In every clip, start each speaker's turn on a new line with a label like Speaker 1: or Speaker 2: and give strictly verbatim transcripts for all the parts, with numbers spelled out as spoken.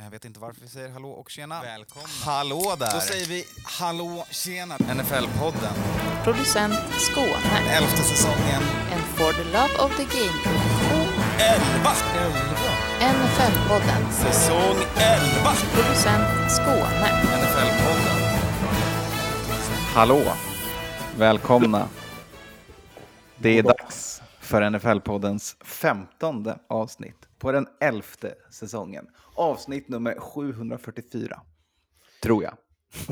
Speaker 1: Jag vet inte varför vi säger hallå och tjena.
Speaker 2: Välkomna.
Speaker 1: Hallå där.
Speaker 2: Då säger vi hallå, tjena.
Speaker 1: N F L-podden.
Speaker 3: Producent Skåne.
Speaker 1: Elfte säsongen.
Speaker 3: And for the love of the game.
Speaker 2: elva.
Speaker 3: N F L-podden.
Speaker 2: Säsong elva.
Speaker 3: Producent Skåne.
Speaker 1: N F L-podden. Hallå. Välkomna. Det är dags för N F L-poddens femtonde avsnitt på den elfte säsongen. Avsnitt nummer sjuhundrafyrtiofyra. Tror jag.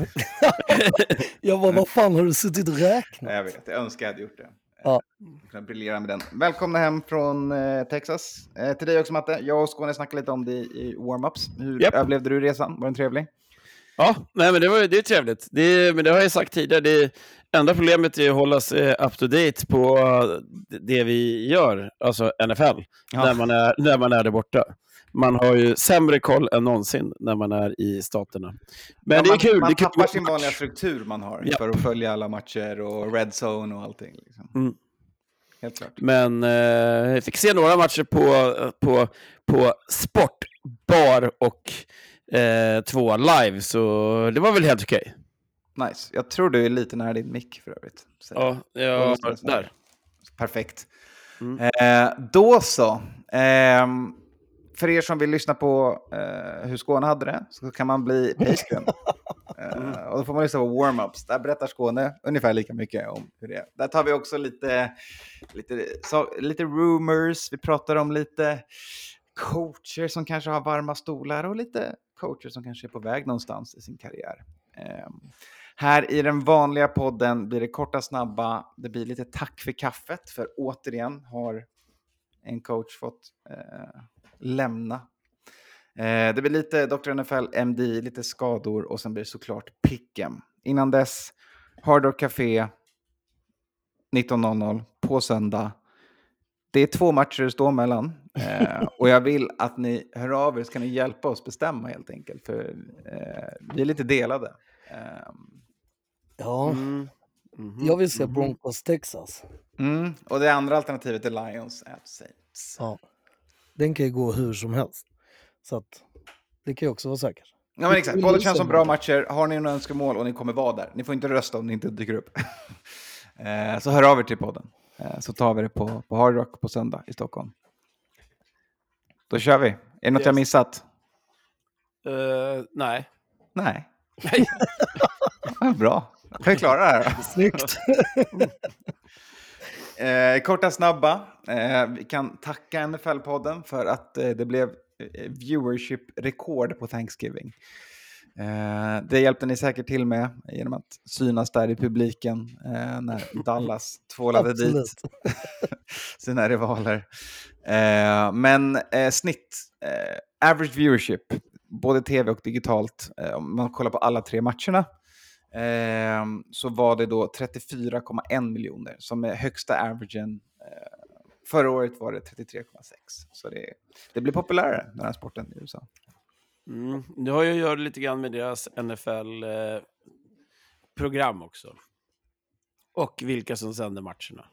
Speaker 4: Ja, vad, vad fan har du suttit och räknat?
Speaker 1: Jag vet, jag önskar jag hade gjort det.
Speaker 4: Ja.
Speaker 1: Jag kan briljera med den. Välkomna hem från eh, Texas. Eh, till dig också, Matte. Jag och Skåne snackade lite om det i warm-ups. Hur
Speaker 5: Yep.
Speaker 1: överlevde du resan? Var den trevlig?
Speaker 5: Ja, nej, men det, var, det är trevligt. Det, men det har jag sagt tidigare. Det enda problemet är att hålla sig up to date på det vi gör, alltså N F L,
Speaker 1: Ja.
Speaker 5: när, man är, när man är där borta. Man har ju sämre koll än någonsin när man är i staterna. Men
Speaker 1: Ja,
Speaker 5: det är
Speaker 1: man,
Speaker 5: kul.
Speaker 1: Man
Speaker 5: det är kul.
Speaker 1: tappar sin vanliga struktur man har
Speaker 5: Ja.
Speaker 1: för att följa alla matcher och red zone och allting. Liksom.
Speaker 5: Mm.
Speaker 1: Helt klart.
Speaker 5: Men eh, jag fick se några matcher på, på, på Sportbar och eh, två live, så det var väl helt okej.
Speaker 1: Nice. Jag tror du är lite nära din mick för övrigt. Så.
Speaker 5: Ja, ja där.
Speaker 1: Perfekt.
Speaker 5: Mm.
Speaker 1: Eh, då så. Eh, för er som vill lyssna på eh, hur Skåne hade det så kan man bli Patreon. eh, och då får man lyssna på warm-ups. Där berättar Skåne ungefär lika mycket om hur det är. Där tar vi också lite, lite, så, lite rumors. Vi pratar om lite coacher som kanske har varma stolar och lite coacher som kanske är på väg någonstans i sin karriär. Eh, här i den vanliga podden blir det korta, snabba. Det blir lite tack för kaffet. För återigen har en coach fått eh, lämna. Eh, det blir lite doktor N F L, M D, lite skador och sen blir det såklart picken. Innan dess, Hard Rock Café nitton noll noll på söndag. Det är två matcher det står mellan. Eh, och jag vill att ni hör av er, så kan ni hjälpa oss bestämma helt enkelt. För eh, vi är lite delade. Eh,
Speaker 4: Ja,
Speaker 5: Mm. Mhm.
Speaker 4: jag vill se
Speaker 5: Mhm.
Speaker 4: Broncos Texas.
Speaker 1: mm, och det andra alternativet är Lions at Saints.
Speaker 4: Ja. Den kan ju gå hur som helst. Så att det kan ju också vara säkert.
Speaker 1: Ja, men exakt. Båda känns som bra matcher. Har ni några önskemål och ni kommer vara där. Ni får inte rösta om ni inte dyker upp. eh, så hör av er till podden. Eh, så tar vi det på, på Hard Rock på söndag i Stockholm. Då kör vi. Är det något
Speaker 5: Yes.
Speaker 1: jag missat?
Speaker 5: Eh, nej.
Speaker 1: Nej. Ja, bra. Kan vi klara det här då?
Speaker 4: Snyggt.
Speaker 1: Eh, korta, snabba. Eh, vi kan tacka N F L-podden för att eh, det blev eh, viewership-rekord på Thanksgiving. Eh, det hjälpte ni säkert till med genom att synas där i publiken eh, när Dallas tvålade dit
Speaker 4: Absolut.
Speaker 1: sina rivaler. Eh, men eh, snitt, eh, average viewership, både tv och digitalt, eh, om man kollar på alla tre matcherna, eh, så var det då trettiofyra komma en miljoner som är högsta averagen. Eh, förra året var det trettiotre komma sex. Så det, det blir populärare, den här sporten i U S A.
Speaker 5: Mm. Det har ju att göra lite grann med deras N F L-program också. Och vilka som sänder matcherna.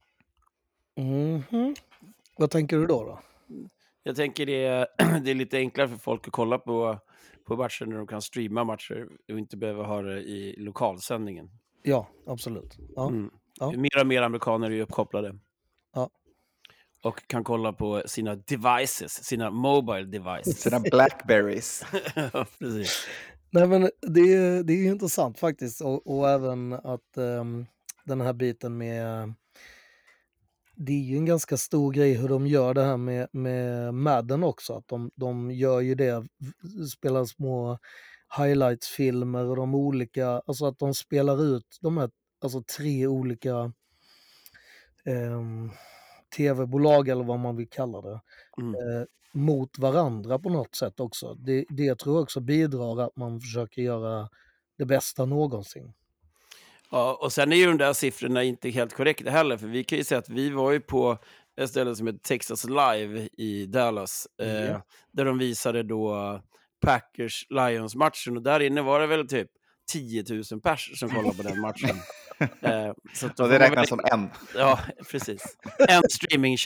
Speaker 4: Mhm. Vad tänker du då? då?
Speaker 5: Jag tänker det är, det är lite enklare för folk att kolla på, på matcher när de kan streama matcher och inte behöva ha det i lokalsändningen.
Speaker 4: Ja, absolut. Ja.
Speaker 5: Mm.
Speaker 4: Ja.
Speaker 5: Mer och mer amerikaner är ju uppkopplade.
Speaker 4: Ja.
Speaker 5: Och kan kolla på sina devices, sina mobile devices.
Speaker 1: Sina Blackberries.
Speaker 5: Ja, precis.
Speaker 4: Nej, men det är, det är ju intressant faktiskt. Och, och även att um, den här biten med... Det är ju en ganska stor grej hur de gör det här med, med Madden också. Att de, de gör ju det, spelar små highlights-filmer och de olika, alltså att de spelar ut de här, alltså tre olika um, tv-bolag eller vad man vill kalla det.
Speaker 5: Mm.
Speaker 4: Eh, mot varandra på något sätt också. Det, det tror jag också bidrar att man försöker göra det bästa någonsin.
Speaker 5: Ja, och sen är ju de där siffrorna inte helt korrekta heller, för vi kan ju säga att vi var ju på ett ställe som heter Texas Live i Dallas, eh,
Speaker 1: Ja.
Speaker 5: där de visade då Packers-Lions-matchen, och där inne var det väl typ tio tusen pers som kollade på den matchen. eh, så att då
Speaker 1: Och det
Speaker 5: får man
Speaker 1: räknas
Speaker 5: väl-
Speaker 1: som en.
Speaker 5: Ja, precis. En streamingkälla.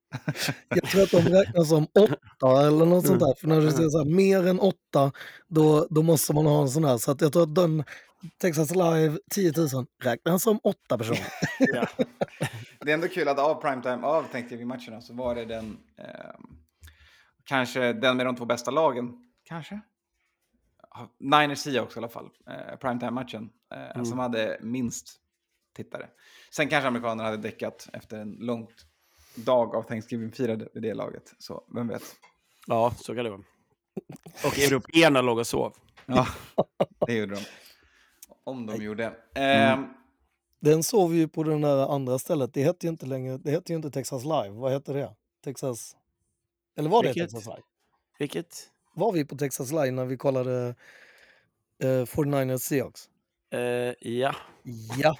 Speaker 4: Jag tror att de räknar som åtta eller något sånt där. För när du säger så här, mer än åtta, då, då måste man ha en sån här. Så att jag tror att den Texas Live tio tusen räknas som åtta personer.
Speaker 5: Ja.
Speaker 1: Det är ändå kul att av primetime, av Thanksgiving-matcherna, så var det den, eh, kanske den med de två bästa lagen, kanske? Ja, Niners Seahawks i alla fall, eh, primetime-matchen, eh,
Speaker 5: Mm.
Speaker 1: som hade minst tittare. Sen kanske amerikanerna hade däckat efter en långt dag av Thanksgiving-firade vid det laget, så vem vet.
Speaker 5: Ja, så kan det vara. Och européerna låg och sov.
Speaker 1: Ja, det gjorde de. Om de gjorde. Eh,
Speaker 5: Mm.
Speaker 4: Den såg vi ju på den där andra stället. Det hette ju inte längre, det hette ju inte Texas Live. Vad hette det? Texas... Eller var det
Speaker 5: Vilket?
Speaker 4: Texas Live?
Speaker 5: Vilket?
Speaker 4: Var vi på Texas Live när vi kollade eh, fyrtionioners Seahawks?
Speaker 5: Eh, ja.
Speaker 4: Ja.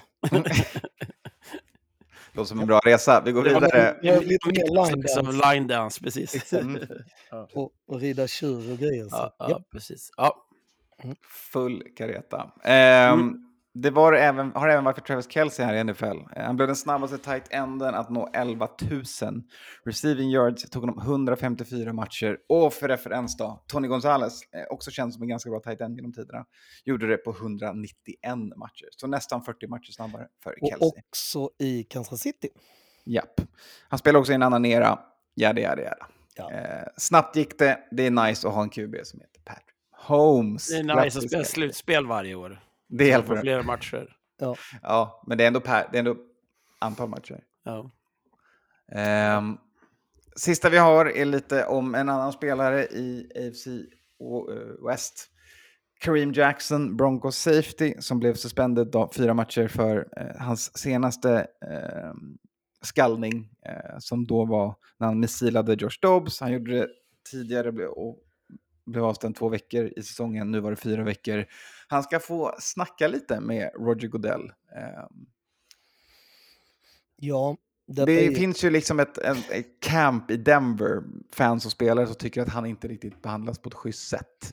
Speaker 1: Det låter som en bra resa. Vi går
Speaker 5: Det var
Speaker 1: vidare.
Speaker 4: Ja, lite mer line
Speaker 5: Som
Speaker 4: dance.
Speaker 5: line dance, precis.
Speaker 1: Mm.
Speaker 4: Och, och rida tjur och grejer. Så.
Speaker 5: Ja,
Speaker 4: Ja.
Speaker 5: ja, precis. Ja.
Speaker 1: Full kareta. Ehm,
Speaker 5: Mm.
Speaker 1: Det var även, har även varit för Travis Kelce här i N F L. Eh, Han blev den snabbaste tight enden att nå elva tusen receiving yards. Det tog honom hundrafemtiofyra matcher. Och för referens då, Tony Gonzalez, eh, också känd som en ganska bra tight end genom tiderna, gjorde det på hundranittioen matcher. Så nästan fyrtio matcher snabbare för
Speaker 4: Och
Speaker 1: Kelce.
Speaker 4: också i Kansas City.
Speaker 1: Japp. Han spelar också i en annan era. Jada, jada, jada.
Speaker 4: Ja.
Speaker 1: Eh, snabbt gick det. Det är nice att ha en Q B som heter Patrick Holmes.
Speaker 5: Det är nice
Speaker 1: Grattis,
Speaker 5: att spela
Speaker 1: Kelce.
Speaker 5: slutspel varje år.
Speaker 1: Det hjälper
Speaker 5: På
Speaker 1: det.
Speaker 5: flera matcher.
Speaker 1: Ja, men det är ändå, per, det är ändå antal matcher.
Speaker 5: Ja.
Speaker 1: Ehm, sista vi har är lite om en annan spelare i A F C och, eh, West. Kareem Jackson, Broncos safety, som blev suspended då, fyra matcher för eh, hans senaste eh, skallning, eh, som då var när han missilade Josh Dobbs. Han gjorde det tidigare ble- och blev avstängd två veckor i säsongen. Nu var det fyra veckor. Han ska få snacka lite med Roger Goodell. Ehm,
Speaker 4: Ja, detta
Speaker 1: det
Speaker 4: är,
Speaker 1: finns ju liksom ett, ett, ett camp i Denver, fans och spelare som tycker att han inte riktigt behandlas på ett schysst sätt.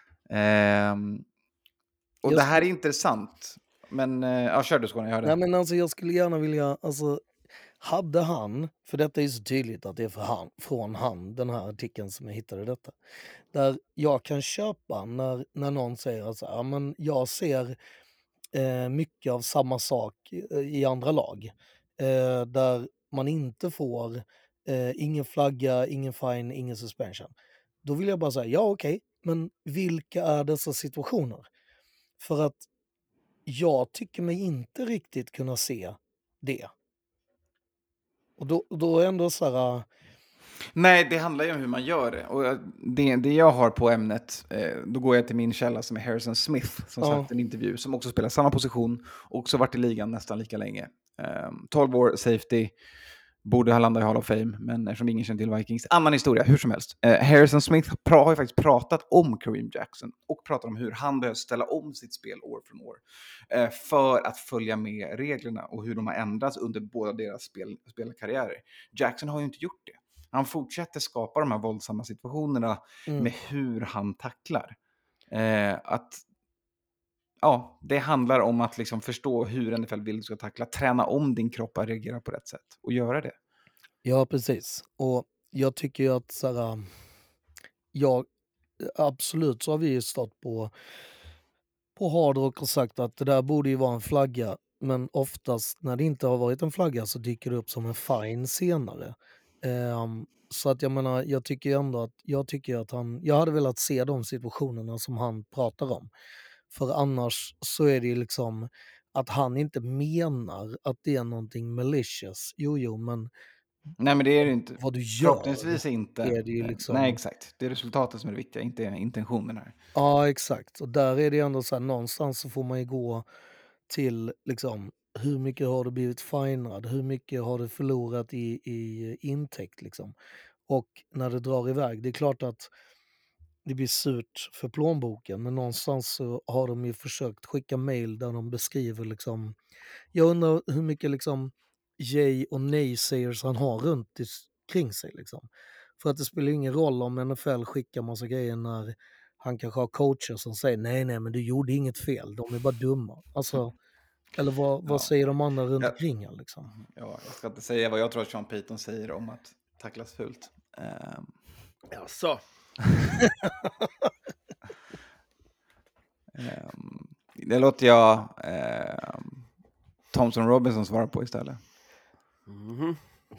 Speaker 1: Ehm, och
Speaker 4: Just-
Speaker 1: det här är intressant. Men, eh, ja, kör du Skåne, jag hör det.
Speaker 4: nej men alltså jag skulle gärna vilja, alltså hade han, för detta är ju så tydligt att det är för han, från han, den här artikeln som jag hittade detta. Där jag kan köpa när, när någon säger att så här, ja, men jag ser eh, mycket av samma sak eh, i andra lag. Eh, där man inte får eh, ingen flagga, ingen fine, ingen suspension. Då vill jag bara säga, ja okej, men vilka är dessa situationer? För att jag tycker mig inte riktigt kunna se det. Och då, då är ändå så här,
Speaker 1: Nej, det handlar ju om hur man gör det. Och jag- det, det jag har på ämnet, eh, då går jag till min källa som är Harrison Smith, som
Speaker 4: Ja.
Speaker 1: sagt en intervju, som också spelar samma position, också varit i ligan nästan lika länge. Eh, tolv år, safety, borde ha landat i Hall of Fame, men eftersom ingen känner till Vikings, annan historia, hur som helst. Eh, Harrison Smith pra- har ju faktiskt pratat om Kareem Jackson och pratat om hur han behöver ställa om sitt spel år från år eh, för att följa med reglerna och hur de har ändrats under båda deras spel, spelkarriärer. Jackson har ju inte gjort det. Han fortsätter skapa de här våldsamma situationerna
Speaker 4: mm,
Speaker 1: med hur han tacklar. Eh, att Ja, det handlar om att liksom förstå hur N F L vill du ska tackla, träna om din kropp att reagera på rätt sätt och göra det.
Speaker 4: ja precis. Och jag tycker ju att så här, ja, absolut så har vi ju stått på, på Hard Rock och sagt att det där borde ju vara en flagga. Men oftast när det inte har varit en flagga så dyker det upp som en fine senare. Ehm, så att jag menar, jag tycker ju ändå att, jag tycker att han, jag hade velat se de situationerna som han pratar om. För annars så är det ju liksom att han inte menar att det är någonting malicious. Jo, jo, men
Speaker 1: Nej, men det är det inte.
Speaker 4: vad du gör.
Speaker 1: Förhoppningsvis inte.
Speaker 4: är det ju
Speaker 1: Eh,
Speaker 4: liksom-
Speaker 1: Nej, exakt. Det är resultatet som är det viktiga, inte intentionen här.
Speaker 4: Ja, exakt. Och där är det ändå så här, någonstans så får man ju gå till liksom, hur mycket har du blivit finad? Hur mycket har du förlorat i, i intäkt liksom? Och när det drar iväg, det är klart att det blir surt för plånboken, men någonstans så har de ju försökt skicka mejl där de beskriver liksom, jag undrar hur mycket liksom yay och nej-sayers han har runt i, kring sig liksom. För att det spelar ju ingen roll om N F L skickar massa grejer när han kanske har coacher som säger nej, nej, men du gjorde inget fel, de är bara dumma. Alltså, eller vad, vad
Speaker 1: Ja.
Speaker 4: säger de andra runt
Speaker 1: Ja.
Speaker 4: omkring han liksom?
Speaker 1: Ja, jag ska inte säga vad jag tror att Sean Payton säger om att tacklas fult. Um,
Speaker 5: Jaså?
Speaker 1: um, det låter jag um, Thompson Robinson svara på istället.
Speaker 5: Mhm.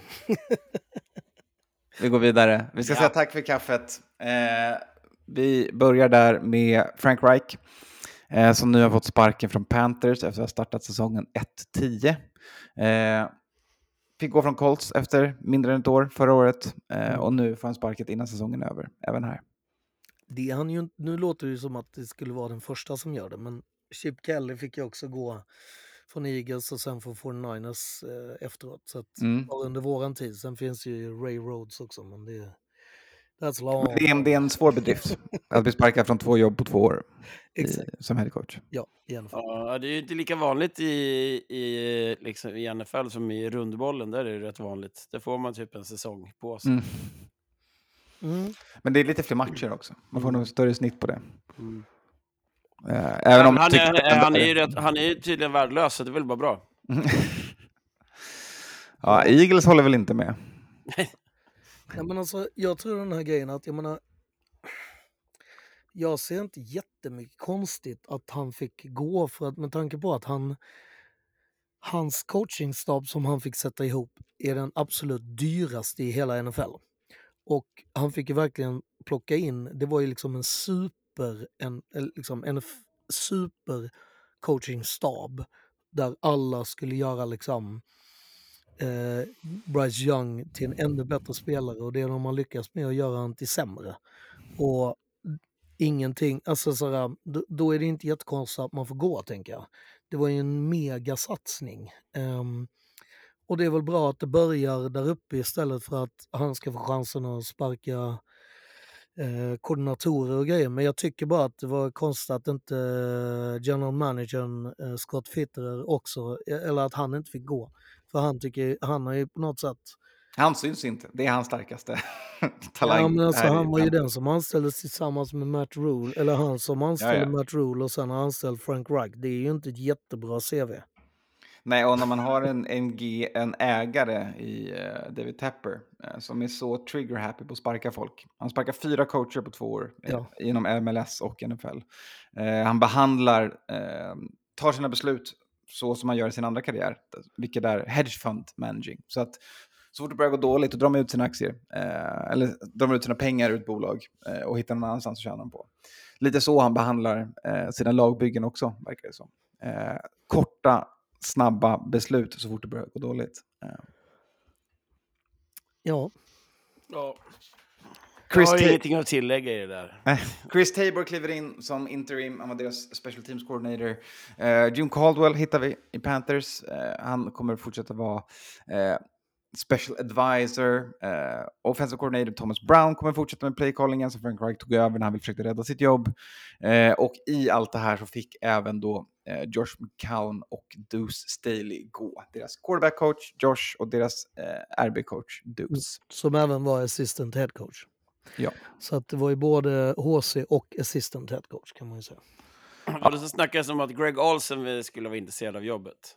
Speaker 1: Vi går vidare. Vi ska
Speaker 5: Ja.
Speaker 1: säga tack för kaffet. Eh, vi börjar där med Frank Reich. Eh, som nu har fått sparken från Panthers efter att ha startat säsongen ett tio. Eh, fick gå från Colts efter mindre än ett år förra året. Eh, och nu får han sparket innan säsongen är över. Även här.
Speaker 4: Det är han ju, nu låter det ju som att det skulle vara den första som gör det, men Chip Kelly fick ju också gå från Eagles och sen från fyrtionioers eh, efteråt. Så att
Speaker 1: Mm.
Speaker 4: bara under våran tid. Sen finns ju Ray Rhodes också, men det, that's long.
Speaker 1: Men det, är en, det är en svår bedrift att bli sparkad från två jobb på två år i,
Speaker 4: Exakt.
Speaker 1: som head coach.
Speaker 4: Ja, i alla fall.
Speaker 5: Ja, det är ju inte lika vanligt i, i, liksom, i N F L som i rundbollen. Där är det rätt vanligt. Där får man typ en säsong på sig.
Speaker 1: Mm.
Speaker 4: Mm.
Speaker 1: Men det är lite fler matcher också. Man får nog större snitt på det.
Speaker 5: Mm.
Speaker 1: Eh, även om
Speaker 5: han,
Speaker 1: jag tycker
Speaker 5: är,
Speaker 1: att det
Speaker 5: han, är
Speaker 1: är-
Speaker 5: ju rätt, han är ju tydligen värdelös, så det är väl bara bra.
Speaker 1: Ja, Eagles håller väl inte med.
Speaker 4: Ja, men alltså, jag tror den här grejen att, jag menar, jag ser inte jättemycket konstigt att han fick gå, för att med tanke på att han, hans coachingstab som han fick sätta ihop är den absolut dyraste i hela N F L. Och han fick ju verkligen plocka in, det var ju liksom en super, en, eller liksom en f- super coachingstab där alla skulle göra liksom eh, Bryce Young till en ännu bättre spelare, och det de har lyckats med att göra han till sämre. Och ingenting, alltså sådär, då, då är det inte jättekonstigt att man får gå, tänker jag. Det var ju en megasatsning. Um, och det är väl bra att det börjar där uppe istället för att han ska få chansen att sparka eh, koordinatorer och grejer. Men jag tycker bara att det var konstigt att inte eh, general managern eh, Scott Fitterer också, eller att han inte fick gå. För han tycker, han har ju på något sätt...
Speaker 1: Han syns inte. Det är hans starkaste talang.
Speaker 4: Ja, men alltså,
Speaker 1: här i
Speaker 4: han var ju
Speaker 1: Panthers.
Speaker 4: den som anställdes tillsammans med Matt Rule, eller han som anställde
Speaker 1: Ja, ja.
Speaker 4: Matt Rule och sen anställd Frank Reich. Det är ju inte ett jättebra C V.
Speaker 1: Nej, och när man har en, en, G, en ägare i uh, David Tepper uh, som är så trigger-happy på att sparka folk. Han sparkar fyra coacher på två år uh,
Speaker 4: Ja.
Speaker 1: inom M L S och N F L. Uh, han behandlar, uh, tar sina beslut så som man gör i sin andra karriär, vilket är hedge fund managing. Så att så fort det börjar gå dåligt, då drar man ut sina aktier. Uh, eller drar man ut sina pengar ur ett bolag uh, och hittar någon annanstans att tjäna dem på. Lite så han behandlar uh, sina lagbyggen också, verkar det som. Uh, korta snabba beslut så fort det börjar gå dåligt. Uh.
Speaker 4: Ja,
Speaker 5: Ja.
Speaker 1: Chris,
Speaker 5: jag har
Speaker 1: Ta-
Speaker 5: ingenting att tillägga i det där.
Speaker 1: Chris Tabor kliver in som interim. Han var deras special teams coordinator. Uh, Jim Caldwell hittar vi i Panthers. Uh, han kommer fortsätta vara uh, special advisor. Uh, offensive coordinator Thomas Brown kommer fortsätta med playcallingen som Frank Reich tog över när han vill försöka rädda sitt jobb. Uh, och i allt det här så fick även då uh, Josh McCown och Deuce Staley gå. Deras quarterback coach Josh och deras uh, R B-coach Deuce.
Speaker 4: som även var assistant head coach.
Speaker 1: Ja.
Speaker 4: Så att det var ju både H C och assistant head coach, kan man ju säga.
Speaker 5: Var det så snackades om att Greg Olsen skulle vara intresserad av jobbet?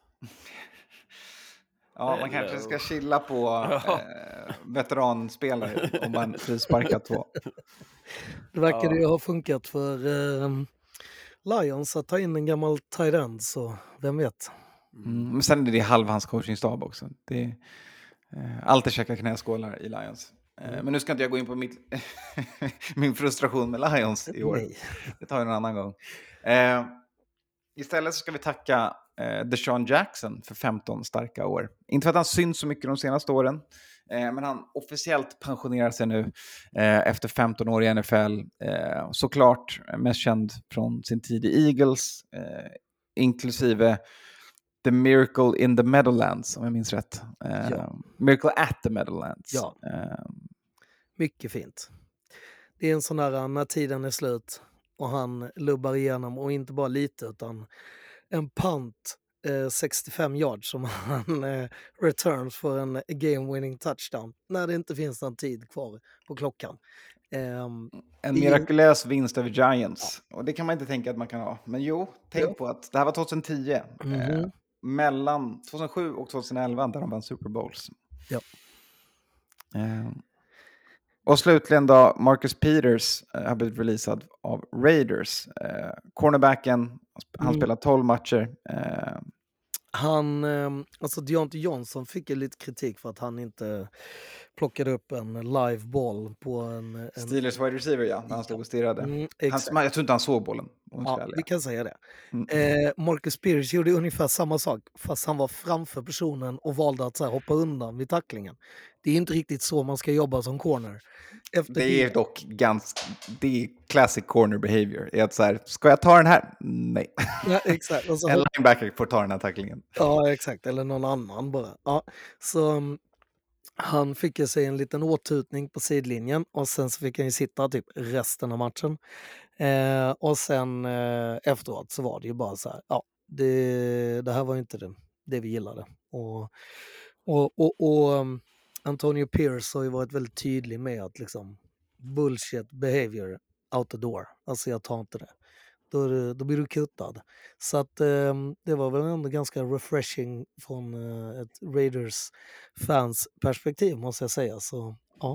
Speaker 1: Ja, man kanske ska chilla på eh, veteranspelare om man frisparkar två.
Speaker 4: Det verkade
Speaker 5: Ja.
Speaker 4: ju ha funkat för eh, Lions att ta in en gammal tight end, så vem vet.
Speaker 1: Mm. Men sen är det halv hans coachingstab också. Det är eh, alltid käka knäskålar i Lions. Eh, men nu ska inte jag gå in på mitt min frustration med Lions i år.
Speaker 4: Nej.
Speaker 1: Det tar jag en annan gång. Eh, istället så ska vi tacka eh, Deshaun Jackson för femton starka år. Inte för att han syns så mycket de senaste åren. Eh, men han officiellt pensionerar sig nu eh, efter femton år i N F L. Eh, såklart mest känd från sin tid i Eagles. Eh, inklusive The Miracle in the Meadowlands, om jag minns rätt. Eh,
Speaker 4: Ja.
Speaker 1: Miracle at the Meadowlands.
Speaker 4: Ja.
Speaker 1: Eh,
Speaker 4: Mycket fint. Det är en sån där när tiden är slut och han lubbar igenom, och inte bara lite utan en punt eh, sextiofem yards som han eh, returns för en game winning touchdown när det inte finns någon tid kvar på klockan. Ehm,
Speaker 1: En
Speaker 4: I-
Speaker 1: mirakulös vinst över Giants. Och det kan man inte tänka att man kan ha. Men jo, tänk
Speaker 4: Ja.
Speaker 1: på att det här var tjugohundratio.
Speaker 4: Mhm.
Speaker 1: Eh, mellan tjugohundrasju och tjugohundraelva där de vann Super Bowls.
Speaker 4: Ja.
Speaker 1: Eh, och slutligen då, Marcus Peters eh, har blivit releasad av Raiders. Eh, cornerbacken, han
Speaker 4: Mm.
Speaker 1: spelar tolv matcher. Eh,
Speaker 4: Han, eh, alltså Deontay Johnson fick ju lite kritik för att han inte plockade upp en live boll på en... en
Speaker 1: Steelers wide receiver, ja, när han stod och stirrade.
Speaker 4: Mm,
Speaker 1: Han,
Speaker 4: exakt.
Speaker 1: jag tror inte han såg bollen. Om jag ska
Speaker 4: Ja,
Speaker 1: vara ärlig.
Speaker 4: vi kan säga det.
Speaker 1: Mm.
Speaker 4: Eh, Marcus Peters gjorde ungefär samma sak, fast han var framför personen och valde att så här, hoppa undan vid tacklingen. Det är inte riktigt så man ska jobba som corner. Efter
Speaker 1: Det är dock ganska, det är classic corner behavior. Är att så här, ska jag ta den här? Nej.
Speaker 4: Ja, exakt. Och så
Speaker 1: En linebacker får ta den här tacklingen.
Speaker 4: Ja, exakt. Eller någon annan bara. Ja. Så um, han fick ju sig en liten åtutning på sidlinjen och sen så fick han ju sitta typ resten av matchen. Eh, och sen eh, efteråt så var det ju bara så här, ja, det, det här var ju inte det, det vi gillade. Och, och, och, och um, Antonio Pierce har ju varit väldigt tydlig med att liksom bullshit behavior out the door. Alltså jag tar inte det. Då, är det, då blir du kuttad. Så att eh, det var väl ändå ganska refreshing från eh, ett Raiders fans perspektiv måste jag säga. Så ja.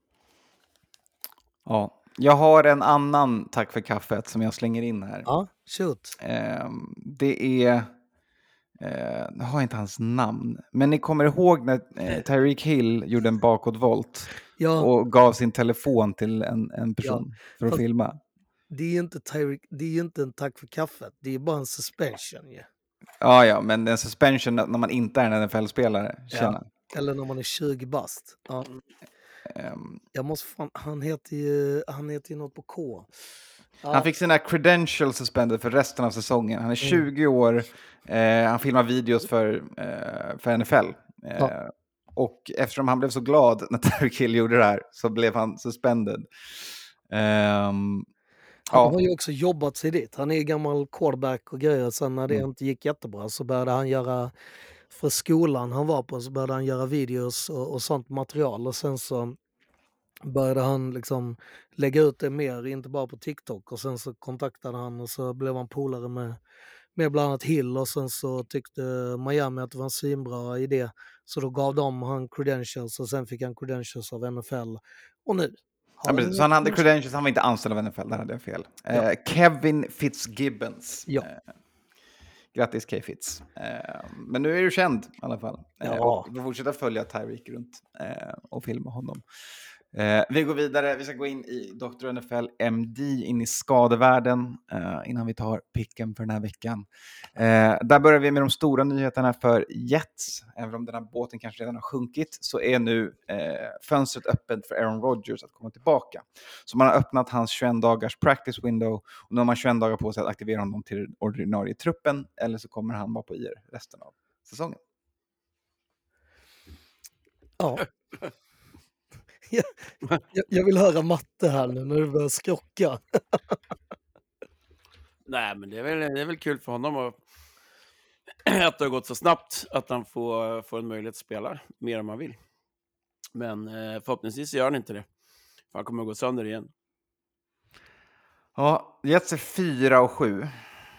Speaker 1: Ja. Jag har en annan tack för kaffet som jag slänger in här.
Speaker 4: Ja, shoot.
Speaker 1: Eh, det är... Eh, jag har inte hans namn. Men ni kommer ihåg när eh, Tyreek Hill gjorde en bakåtvolt
Speaker 4: Ja,
Speaker 1: och gav sin telefon till en, en person för att
Speaker 4: Fast-
Speaker 1: filma.
Speaker 4: det är ju inte, Tyreek- det är ju inte en tack för kaffet. Det är bara en suspension ju.
Speaker 1: Ja, ja, men en suspension när man inte är en N F L-spelare. Tjena.
Speaker 4: Eller när man är tjugo bast. Ja.
Speaker 1: Ehm,
Speaker 4: Jag måste fan, han heter ju, han heter ju något på K. Ja.
Speaker 1: Han fick sina credentials suspended för resten av säsongen. Han är
Speaker 4: Mm.
Speaker 1: tjugo år. Eh, han filmar videos för, eh, för N F L. Eh,
Speaker 4: Ja.
Speaker 1: Och eftersom han blev så glad när Tyreek Hill gjorde det här så blev han suspended. Ehm,
Speaker 4: Han
Speaker 1: ja.
Speaker 4: har ju också jobbat sig dit. Han är gammal quarterback och grejer. Sen när det
Speaker 1: Mm.
Speaker 4: inte gick jättebra så började han göra, för skolan han var på så började han göra videos och, och sånt material. Och sen så började han liksom lägga ut det mer, inte bara på TikTok. Och sen så kontaktade han och så blev han polare med, med bland annat Hill. Och sen så tyckte Miami att det var en svinbra idé. Så då gav de han credentials och sen fick han credentials av N F L. Och nu har
Speaker 1: Ja, precis. Så han hade credentials, han var inte anställd av N F L, där hade jag fel.
Speaker 4: Ja.
Speaker 1: Eh, Kevin Fitzgibbons.
Speaker 4: Ja.
Speaker 1: Eh, grattis K-Fitz. Eh, men nu är du känd i alla fall. Eh,
Speaker 4: Ja.
Speaker 1: och vi fortsätter följa Tyreek runt eh, och filma honom. Eh, vi går vidare, vi ska gå in i doktor N F L M D, in i skadevärlden eh, innan vi tar picken för den här veckan. Eh, där börjar vi med de stora nyheterna för Jets. Även om den här båten kanske redan har sjunkit så är nu eh, fönstret öppet för Aaron Rodgers att komma tillbaka. Så man har öppnat hans tjugoett dagars practice window och nu har man tjugoett dagar på sig att aktivera honom till den ordinarie truppen eller så kommer han vara på I R resten av säsongen.
Speaker 4: Ja. jag, jag- jag vill höra matte här nu när du börjar skrocka.
Speaker 5: Nej, men det är väl, det är väl kul för honom att, att det har gått så snabbt att han får, får en möjlighet att spela mer om han vill. Men eh, förhoppningsvis gör han inte det. För han kommer att gå sönder igen.
Speaker 1: Ja, Jets är fyra och sju.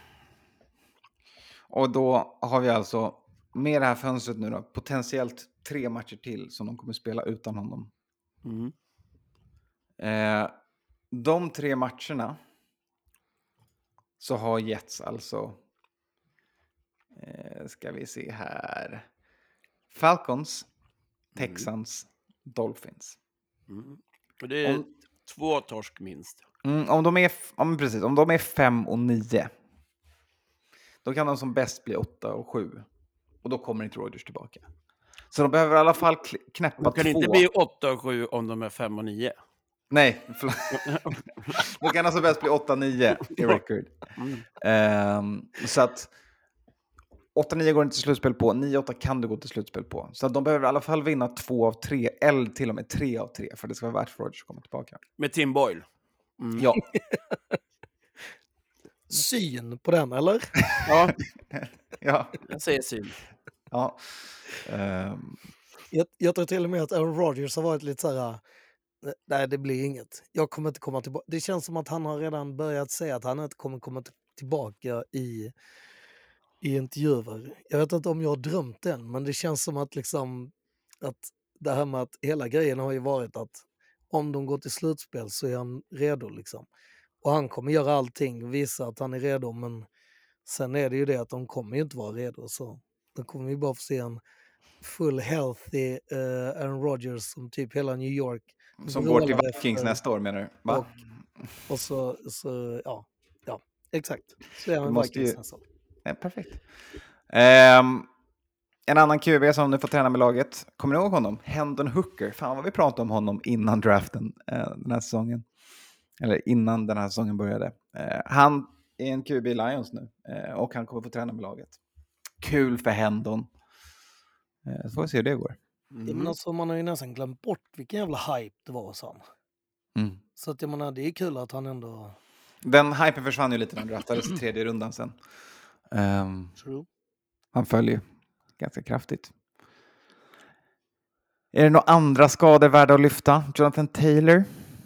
Speaker 1: Och då har vi alltså med det här fönstret nu då potentiellt tre matcher till som de kommer spela utan honom.
Speaker 5: Mm.
Speaker 1: Eh, de tre matcherna så har Jets alltså eh, ska vi se här Falcons, Texans, Dolphins.
Speaker 5: Mm. Och det är
Speaker 1: Om-
Speaker 5: två torsk minst.
Speaker 1: Mm, om de är f- ja, men precis, om de är fem och nio då kan de som bäst bli åtta och sju och då kommer inte Rodgers tillbaka. Så de behöver i alla fall kl- knäppa
Speaker 5: De kan
Speaker 1: två.
Speaker 5: inte bli åtta och sju om de är fem och nio.
Speaker 1: Nej, förlåt. De kan alltså bäst bli åtta nio i record.
Speaker 5: Mm.
Speaker 1: Ehm, så att åtta nio går inte till slutspel på, nio åtta kan du gå till slutspel på. Så att de behöver i alla fall vinna två av tre, eller till och med tre av tre, för det ska vara värt för Rodgers att komma tillbaka.
Speaker 5: Med Tim Boyle. Mm.
Speaker 1: Ja,
Speaker 4: Syn på den, eller?
Speaker 5: Ja,
Speaker 1: ja,
Speaker 5: jag säger syn.
Speaker 1: ja. Ehm,
Speaker 4: Jag, jag tror till och med att Aaron Rodgers har varit lite så här. Nej, det blir inget. Jag kommer inte komma tillbaka. Det känns som att han har redan börjat säga att han inte kommer komma t- tillbaka i, i intervjuer. Jag vet inte om jag har drömt den, men det känns som att liksom att det här med att hela grejen har ju varit att om de går till slutspel så är han redo liksom. Och han kommer göra allting, visa att han är redo, men sen är det ju det att de kommer ju inte vara redo, så då kommer vi bara få se en full healthy uh, Aaron Rodgers som typ hela New York
Speaker 1: Som går till
Speaker 4: vrålar
Speaker 1: Vikings
Speaker 4: efter.
Speaker 1: nästa år menar du? Va?
Speaker 4: Och, och så, så ja, ja, exakt. Så är
Speaker 1: Du
Speaker 4: han
Speaker 1: måste
Speaker 4: Vikings
Speaker 1: ju-
Speaker 4: nästa år.
Speaker 1: Ja, perfekt. Ehm, en annan Q B som nu får träna med laget. Kommer ni ihåg honom? Hendon Hooker. Fan vad vi pratade om honom innan draften eh, den här säsongen. Eller innan den här säsongen började. Eh, han är en Q B i Lions nu. Eh, och han kommer få träna med laget. Kul för Hendon. Eh, så får vi se hur det går.
Speaker 4: Ja, men alltså, man har ju nästan glömt bort vilken jävla hype det var hos han.
Speaker 1: Mm.
Speaker 4: Så att jag menar, det är kul att han ändå...
Speaker 1: Den hypen försvann ju lite när han draftades i tredje rundan sen. Ehm,
Speaker 4: True.
Speaker 1: Han följer ju ganska kraftigt. Är det några andra skador värda att lyfta? Jonathan Taylor?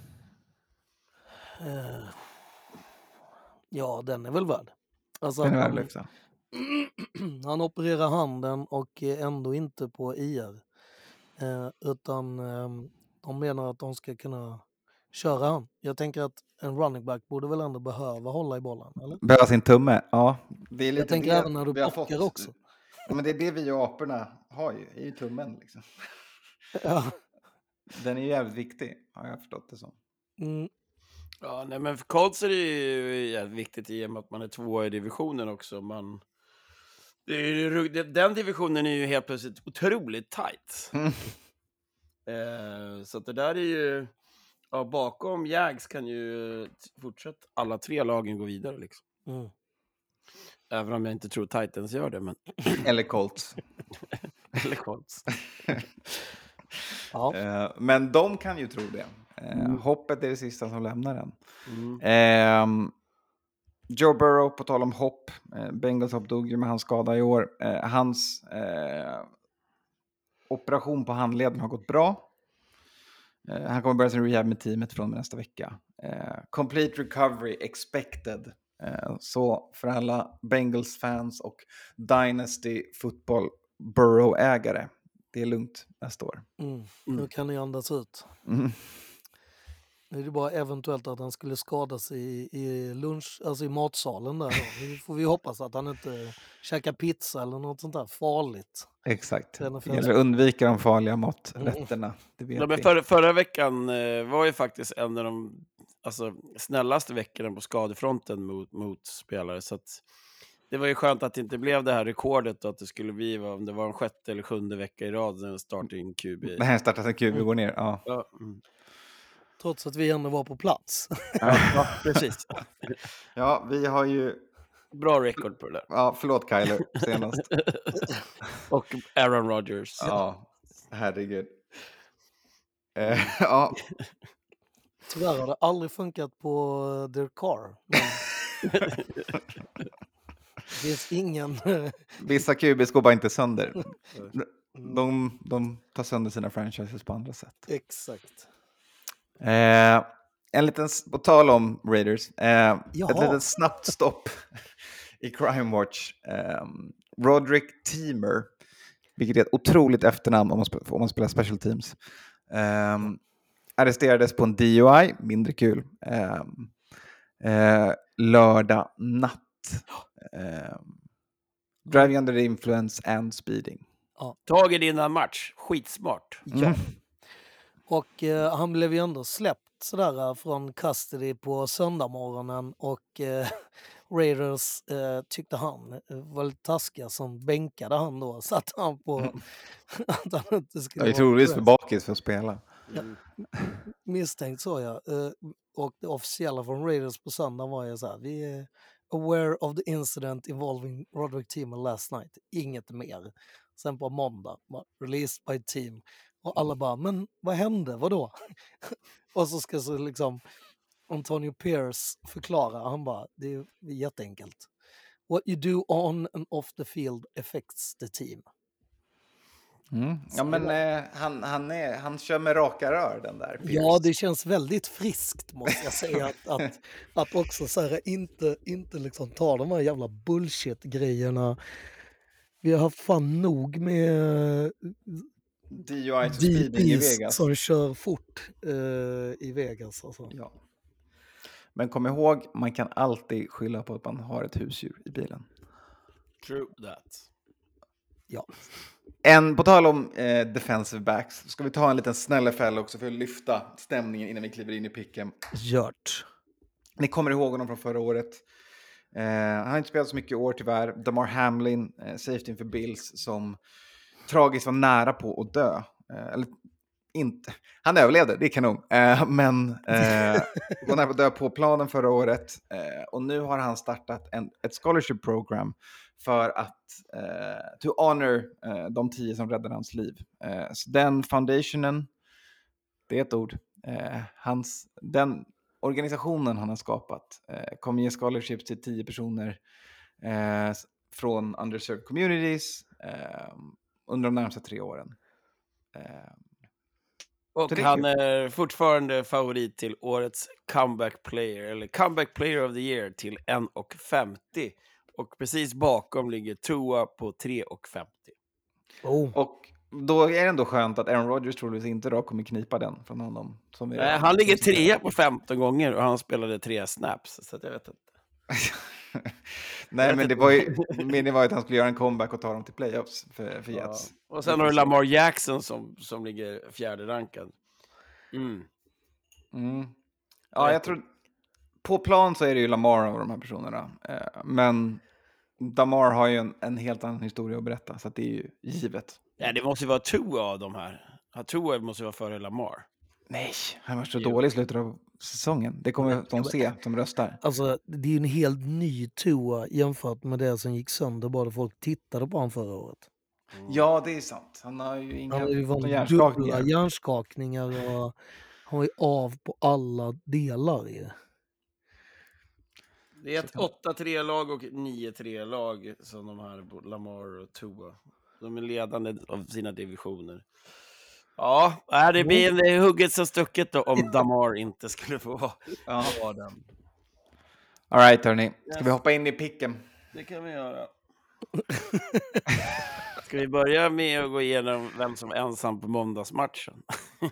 Speaker 4: Eh, ja, den är väl värd. Alltså
Speaker 1: Den är
Speaker 4: att
Speaker 1: värd att
Speaker 4: han,
Speaker 1: lyfta.
Speaker 4: han opererar handen och är ändå inte på I R. Eh, utan eh, de menar att de ska kunna köra han. Jag tänker att en running back borde väl ändå behöva hålla i bollen, eller?
Speaker 1: Behöva sin tumme? Ja. Det är lite
Speaker 4: Jag tänker
Speaker 1: det
Speaker 4: även när du
Speaker 1: vi har
Speaker 4: blockar
Speaker 1: fått.
Speaker 4: också.
Speaker 1: Ja, men det är det vi och aporna har ju, är ju tummen liksom.
Speaker 4: Ja.
Speaker 1: Den är ju jävligt viktig, har jag förstått det som.
Speaker 4: Mm,
Speaker 5: Ja, nej, men för Colts är det ju jävligt viktigt i och med att man är två i divisionen också. Man, det är, ju- det- den divisionen är ju helt plötsligt otroligt tight.
Speaker 1: Mm.
Speaker 5: Eh, så att det där är ju... Ja, bakom Jags kan ju fortsatt alla tre lagen gå vidare. Liksom.
Speaker 4: mm.
Speaker 5: Även om jag inte tror Titans gör det. Men...
Speaker 1: Eller Colts.
Speaker 5: Eller Colts.
Speaker 4: Ja.
Speaker 1: Eh, men de kan ju tro det. Eh,
Speaker 4: Mm.
Speaker 1: Hoppet är det sista som lämnar den.
Speaker 5: Mm.
Speaker 1: Ehm, Joe Burrow, på tal om hopp. Eh, Bengals hopp dog ju med hans skada i år. Eh, hans eh, operation på handleden har gått bra. Eh, han kommer börja sin rehab med teamet från nästa vecka. Eh, complete recovery expected. Eh, så för alla Bengals-fans och Dynasty Football Burrow-ägare. Det är lugnt nästa år.
Speaker 4: Mm. Nu kan ni andas ut.
Speaker 1: Mm.
Speaker 4: Nu är det bara eventuellt att han skulle skada sig i, i lunch, alltså i matsalen där då. Nu får vi hoppas att han inte käkar pizza eller något sånt där farligt.
Speaker 1: Exakt.
Speaker 4: Den är
Speaker 1: Det
Speaker 4: för-
Speaker 1: gäller att undvika de farliga maträtterna. Det vet
Speaker 5: Ja, men
Speaker 1: vi.
Speaker 5: för, förra veckan eh, var ju faktiskt en av de alltså, snällaste veckorna på skadefronten mot, mot spelare. Så att det var ju skönt att det inte blev det här rekordet och att det skulle bli om det var en sjätte eller sjunde vecka i rad när starting Q B.
Speaker 1: Det här startar en Q B går ner. Ja.
Speaker 5: Ja, mm.
Speaker 4: Trots att vi ändå var på plats.
Speaker 5: ja, precis.
Speaker 1: ja, vi har ju...
Speaker 5: Bra record på det där.
Speaker 1: Ja, förlåt Kyler, senast.
Speaker 5: Och Aaron Rodgers.
Speaker 1: Ja, herregud. Eh, ja,
Speaker 4: Tyvärr har det aldrig funkat på uh, their car. Men... det finns ingen...
Speaker 1: vissa Q Bs går bara inte sönder. De, de tar sönder sina franchises på andra sätt.
Speaker 4: Exakt.
Speaker 1: Eh, en liten, s- på tal om Raiders, eh, ett
Speaker 4: Jaha.
Speaker 1: litet snabbt stopp i Crime Watch. Eh, Roderick Teamer, vilket är ett otroligt efternamn om man, sp- om man spelar special teams. Eh, arresterades på en D O I, mindre kul, eh, eh, lördag natt. Eh, driving under the influence and speeding.
Speaker 5: Tagen innan match. Skitsmart.
Speaker 4: Ja.
Speaker 1: Mm.
Speaker 4: Och eh, han blev ju ändå släppt sådär eh, från custody på söndagmorgonen och eh, Raiders eh, tyckte han eh, var lite taskiga som bänkade han då. Satt han på att han inte skulle
Speaker 1: Jag är
Speaker 4: vara
Speaker 1: troligtvis för
Speaker 4: press.
Speaker 1: bakis för att spela.
Speaker 5: Mm.
Speaker 4: Misstänkt så ja. Eh, och det officiella från Raiders på söndag var ju så här: vi är aware of the incident involving Roderick Teamer last night. Inget mer. Sen på måndag, bara, released by team. Och alla bara, men vad hände? Vadå? Och så ska så liksom Antonio Pierce förklara. Han bara, det är jätteenkelt. What you do on and off the field affects the team.
Speaker 1: Mm. Ja, men eh, han, han, är, han kör med raka rör, den där Pierce.
Speaker 4: Ja, det känns väldigt friskt måste jag säga. Att, att, att också så här, inte, inte liksom ta de här jävla bullshit-grejerna. Vi har haft fan nog med
Speaker 1: D U I to speeding i
Speaker 4: D Ps
Speaker 1: Vegas.
Speaker 4: som kör fort eh, i Vegas. Alltså.
Speaker 1: Ja. Men kom ihåg, man kan alltid skylla på att man har ett husdjur i bilen.
Speaker 5: True that.
Speaker 4: Ja.
Speaker 1: En, på tal om eh, defensive backs, ska vi ta en liten snäll F L också för att lyfta stämningen innan vi kliver in i picken.
Speaker 4: Gjort.
Speaker 1: Ni kommer ihåg honom från förra året. Eh, han har inte spelat så mycket i år tyvärr. Damar Hamlin, eh, safety för Bills, som tragiskt var nära på att dö. Eh, eller inte. Han överlevde, det är kanon. Eh, men eh, var nära på att dö på planen förra året. Eh, och nu har han startat en, ett scholarship program för att eh, to honor eh, de tio som räddade hans liv. Eh, så den foundationen, det är ett ord. Eh, hans, den organisationen han har skapat eh, kommer ge scholarships till tio personer eh, från underserved communities eh, under de närmaste tre åren. Eh,
Speaker 5: Och
Speaker 1: Så det är
Speaker 5: han
Speaker 1: kul.
Speaker 5: är fortfarande favorit till årets comeback player, eller comeback player of the year till en komma femtio. Och precis bakom ligger Tua på tre komma femtio.
Speaker 4: Oh.
Speaker 1: och då är det ändå skönt att Aaron Rodgers troligtvis inte då kommer knipa den från honom. Som vi
Speaker 5: Nej,
Speaker 1: redan-
Speaker 5: han ligger trea på femton gånger och han spelade tre snaps, så att jag vet inte.
Speaker 1: Nej,
Speaker 5: vet
Speaker 1: men det
Speaker 5: inte.
Speaker 1: var ju meningen var att han skulle göra en comeback och ta dem till playoffs för, för
Speaker 5: Ja.
Speaker 1: Jets.
Speaker 5: Och sen har du Lamar Jackson som, som ligger fjärde rankad. Mm.
Speaker 1: Mm. Ja, jag tror på plan så är det ju Lamar av de här personerna. Eh, men Damar har ju en, en helt annan historia att berätta, så att det är ju givet.
Speaker 5: Ja, det måste ju vara Tua av de här. Ja, Tua måste ju vara före Lamar.
Speaker 1: Nej, han var så
Speaker 5: Jo.
Speaker 1: dålig i slutet av säsongen. Det kommer de se som röstar.
Speaker 4: Alltså, det är ju en helt ny Tua jämfört med det som gick sönder bara folk tittade på honom förra året.
Speaker 1: Ja, det är sant. Han har ju inga
Speaker 4: Han hade ju
Speaker 1: några
Speaker 4: dubbla
Speaker 1: hjärnskakningar.
Speaker 4: hjärnskakningar och han var ju av på alla delar. Ju.
Speaker 5: Det är ett åtta tre-lag och nio tre-lag som de här Lamar och Tua. De är ledande av sina divisioner. Ja, nej, det blir en eh, hugget som stucket då om Damar inte skulle få vara
Speaker 1: Ja.
Speaker 5: vara den.
Speaker 1: All right, hörni. Ska vi hoppa in i picken?
Speaker 5: Det kan vi göra. Ska vi börja med att gå igenom vem som är ensam på måndagsmatchen?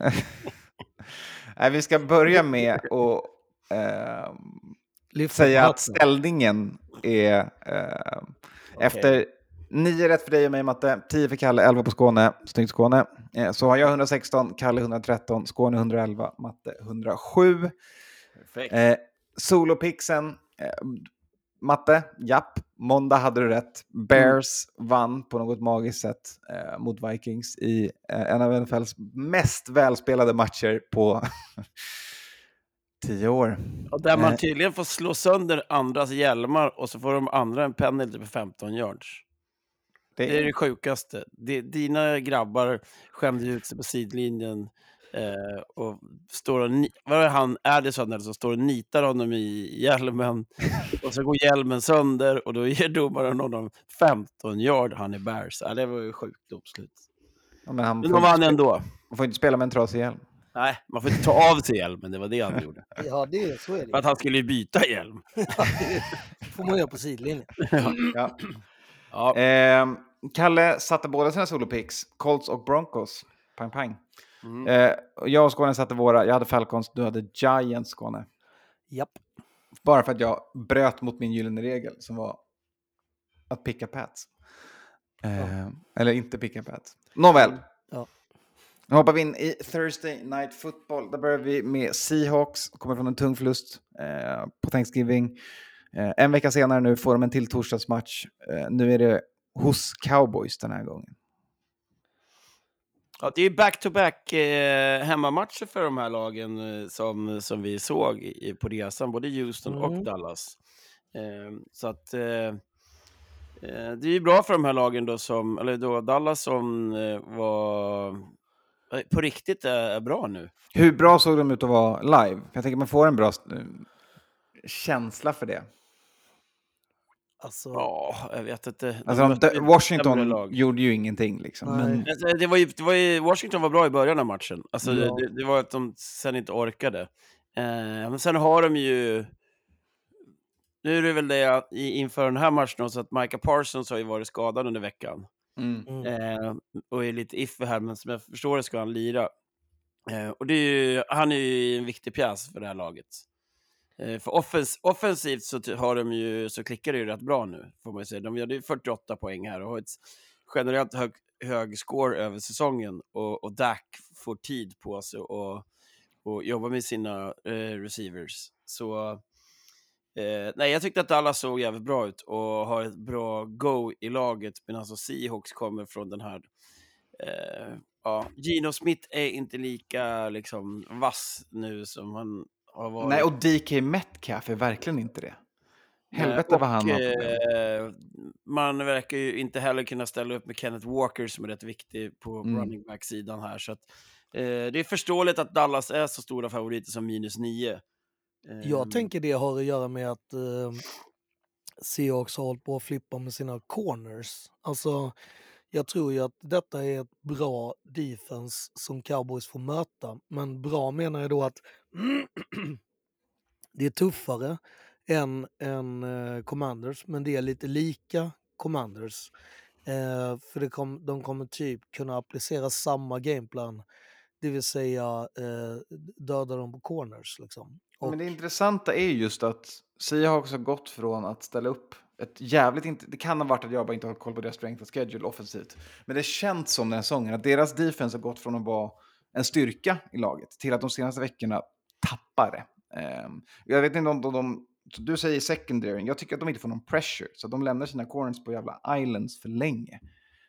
Speaker 1: Nej, vi ska börja med att eh,
Speaker 4: Lyft
Speaker 1: säga
Speaker 4: på
Speaker 1: att
Speaker 4: hatten.
Speaker 1: ställningen är eh, efter nio rätt för dig och mig, Matte, tio för Kalle, elva på Skåne, snyggt Skåne. Eh, så har jag hundrasexton, Kalle hundratretton, Skåne hundraelva, Matte hundrasju.
Speaker 5: Perfekt.
Speaker 1: Eh, Solopixen, eh, Matte, japp, måndag hade du rätt. Bears vann på något magiskt sätt eh, mot Vikings i eh, en av N F L:s mest välspelade matcher på tio år.
Speaker 5: Och där man
Speaker 1: eh.
Speaker 5: tydligen får slå sönder andras hjälmar och så får de andra en penalty på femton yards.
Speaker 1: Det,
Speaker 5: Det är det sjukaste. Det, dina grabbar skämde ut sig på sidlinjen eh, och står och ni- vad är han? Är det så att som står och nitar honom i hjälmen och så går hjälmen sönder och då ger domaren honom femton yard, han är Bears. Ja, det var ju sjukt domslut.
Speaker 1: ja, men han
Speaker 5: Men
Speaker 1: får,
Speaker 5: de vann
Speaker 1: inte,
Speaker 5: ändå.
Speaker 1: man får inte spela med en trasig hjälm.
Speaker 5: Nej, man får inte ta av sig hjälmen, det var det han gjorde.
Speaker 4: Ja, det, så är
Speaker 5: För
Speaker 4: det.
Speaker 5: att han skulle ju byta hjälm.
Speaker 4: Det får man göra på sidlinjen.
Speaker 1: Ja.
Speaker 5: Ja.
Speaker 1: Eh, Kalle satte båda sina solopicks, Colts och Broncos. Pang, pang.
Speaker 5: Mm.
Speaker 1: Eh, och jag och Skåne satte våra, jag hade Falcons, du hade Giants, Skåne.
Speaker 4: Japp.
Speaker 1: Bara för att jag bröt mot min gyllene regel som var att picka Pats. Eh, eller inte picka Pats. Nåväl.
Speaker 4: Ja.
Speaker 1: Nu hoppar vi in i Thursday Night Football. Där börjar vi med Seahawks. Kommer från en tung förlust eh, på Thanksgiving. Eh, en vecka senare nu får de en till torsdagsmatch. Eh, nu är det hos Cowboys den här gången.
Speaker 5: Ja, det är ju back-to-back eh, hemmamatcher för de här lagen eh, som, som vi såg i, på resan, både Houston
Speaker 4: Mm.
Speaker 5: och Dallas. Eh, så att eh, eh, det är ju bra för de här lagen då, som, eller då Dallas som eh, var eh, på riktigt är, är bra nu.
Speaker 1: Hur bra såg de ut att vara live? Jag tänker man får en bra eh, känsla för det.
Speaker 4: Alltså,
Speaker 5: Ja, jag vet inte. De
Speaker 1: Alltså,
Speaker 5: mötte
Speaker 1: de,
Speaker 5: ett
Speaker 1: Washington
Speaker 5: sämre lag.
Speaker 1: gjorde ju ingenting liksom.
Speaker 4: Nej.
Speaker 1: Men,
Speaker 5: Alltså, det var ju, det var ju, Washington var bra i början av matchen. Alltså,
Speaker 4: Ja.
Speaker 5: det, det var att de sen inte orkade. Eh, men sen har de ju... Nu är det väl det i, inför den här matchen också att Micah Parsons har ju varit skadad under veckan.
Speaker 1: Mm.
Speaker 4: Mm.
Speaker 5: Eh, och är lite iffy här, men som jag förstår det ska han lira. Eh, och det är ju, han är ju en viktig pjäs för det här laget. Eh, för offens, offensivt så t- har de ju, så klickar det ju rätt bra nu, får man ju säga. De hade ju fyrtioåtta poäng här och har ett generellt hög, hög score över säsongen. Och, och Dak får tid på sig och, och jobba med sina eh, receivers. Så eh, nej, jag tyckte att alla såg jävligt bra ut och har ett bra go i laget. Men alltså Seahawks kommer från den här eh, ja, Geno Smith är inte lika liksom vass nu som han har varit.
Speaker 1: Nej, och D K Metcalf är verkligen inte det. Helvete
Speaker 5: Nej,
Speaker 1: vad han
Speaker 5: och,
Speaker 1: har problem.
Speaker 5: eh, man verkar ju inte heller kunna ställa upp med Kenneth Walker som är rätt viktig på
Speaker 1: Mm.
Speaker 5: running back-sidan här. Så att, eh, det är förståeligt att Dallas är så stora favoriter som minus nio. Eh,
Speaker 4: Jag tänker det har att göra med att eh, Seahawks har hållit på att flippa med sina corners. Alltså, jag tror ju att detta är ett bra defense som Cowboys får möta. Men bra menar jag då att det är tuffare än, än eh, Commanders, men det är lite lika Commanders. Eh, för det kom, de kommer typ kunna applicera samma gameplan, det vill säga eh, döda dem på corners. Liksom. Och,
Speaker 1: Men det intressanta är just att Seahawks har gått från att ställa upp ett jävligt... Inte, det kan ha varit att jag bara inte har koll på deras strength of schedule offensivt. Men det känns som den här säsongen att deras defense har gått från att vara en styrka i laget till att de senaste veckorna tappar det. Um, jag vet inte om de... de du säger secondary. Jag tycker att de inte får någon pressure. Så de lämnar sina corners på jävla islands för länge.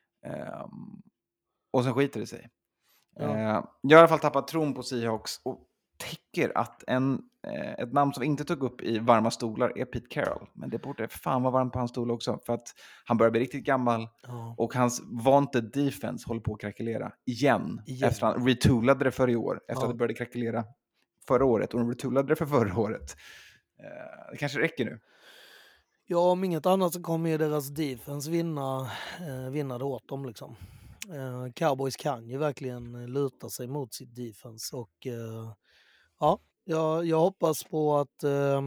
Speaker 1: Um, och sen skiter det sig.
Speaker 4: Ja.
Speaker 1: Uh, jag har i alla fall tappat tron på Seahawks och tycker att en, eh, ett namn som vi inte tog upp i varma stolar är Pete Carroll. Men det borde fan vara varmt på hans stol också. För att han börjar bli riktigt gammal.
Speaker 4: ja.
Speaker 1: Och hans wanted defense håller på att krackelera igen.
Speaker 4: Igen.
Speaker 1: Efter han retoolade det förra år. Efter
Speaker 4: Ja.
Speaker 1: att det började krackelera förra året. Och de retoolade det för förra året. Eh, det kanske räcker nu.
Speaker 4: Ja, om inget annat så kommer ju deras defense vinna, eh, vinna det åt dem. Liksom. Eh, Cowboys kan ju verkligen luta sig mot sitt defense. Och eh, ja, jag, jag hoppas på att eh,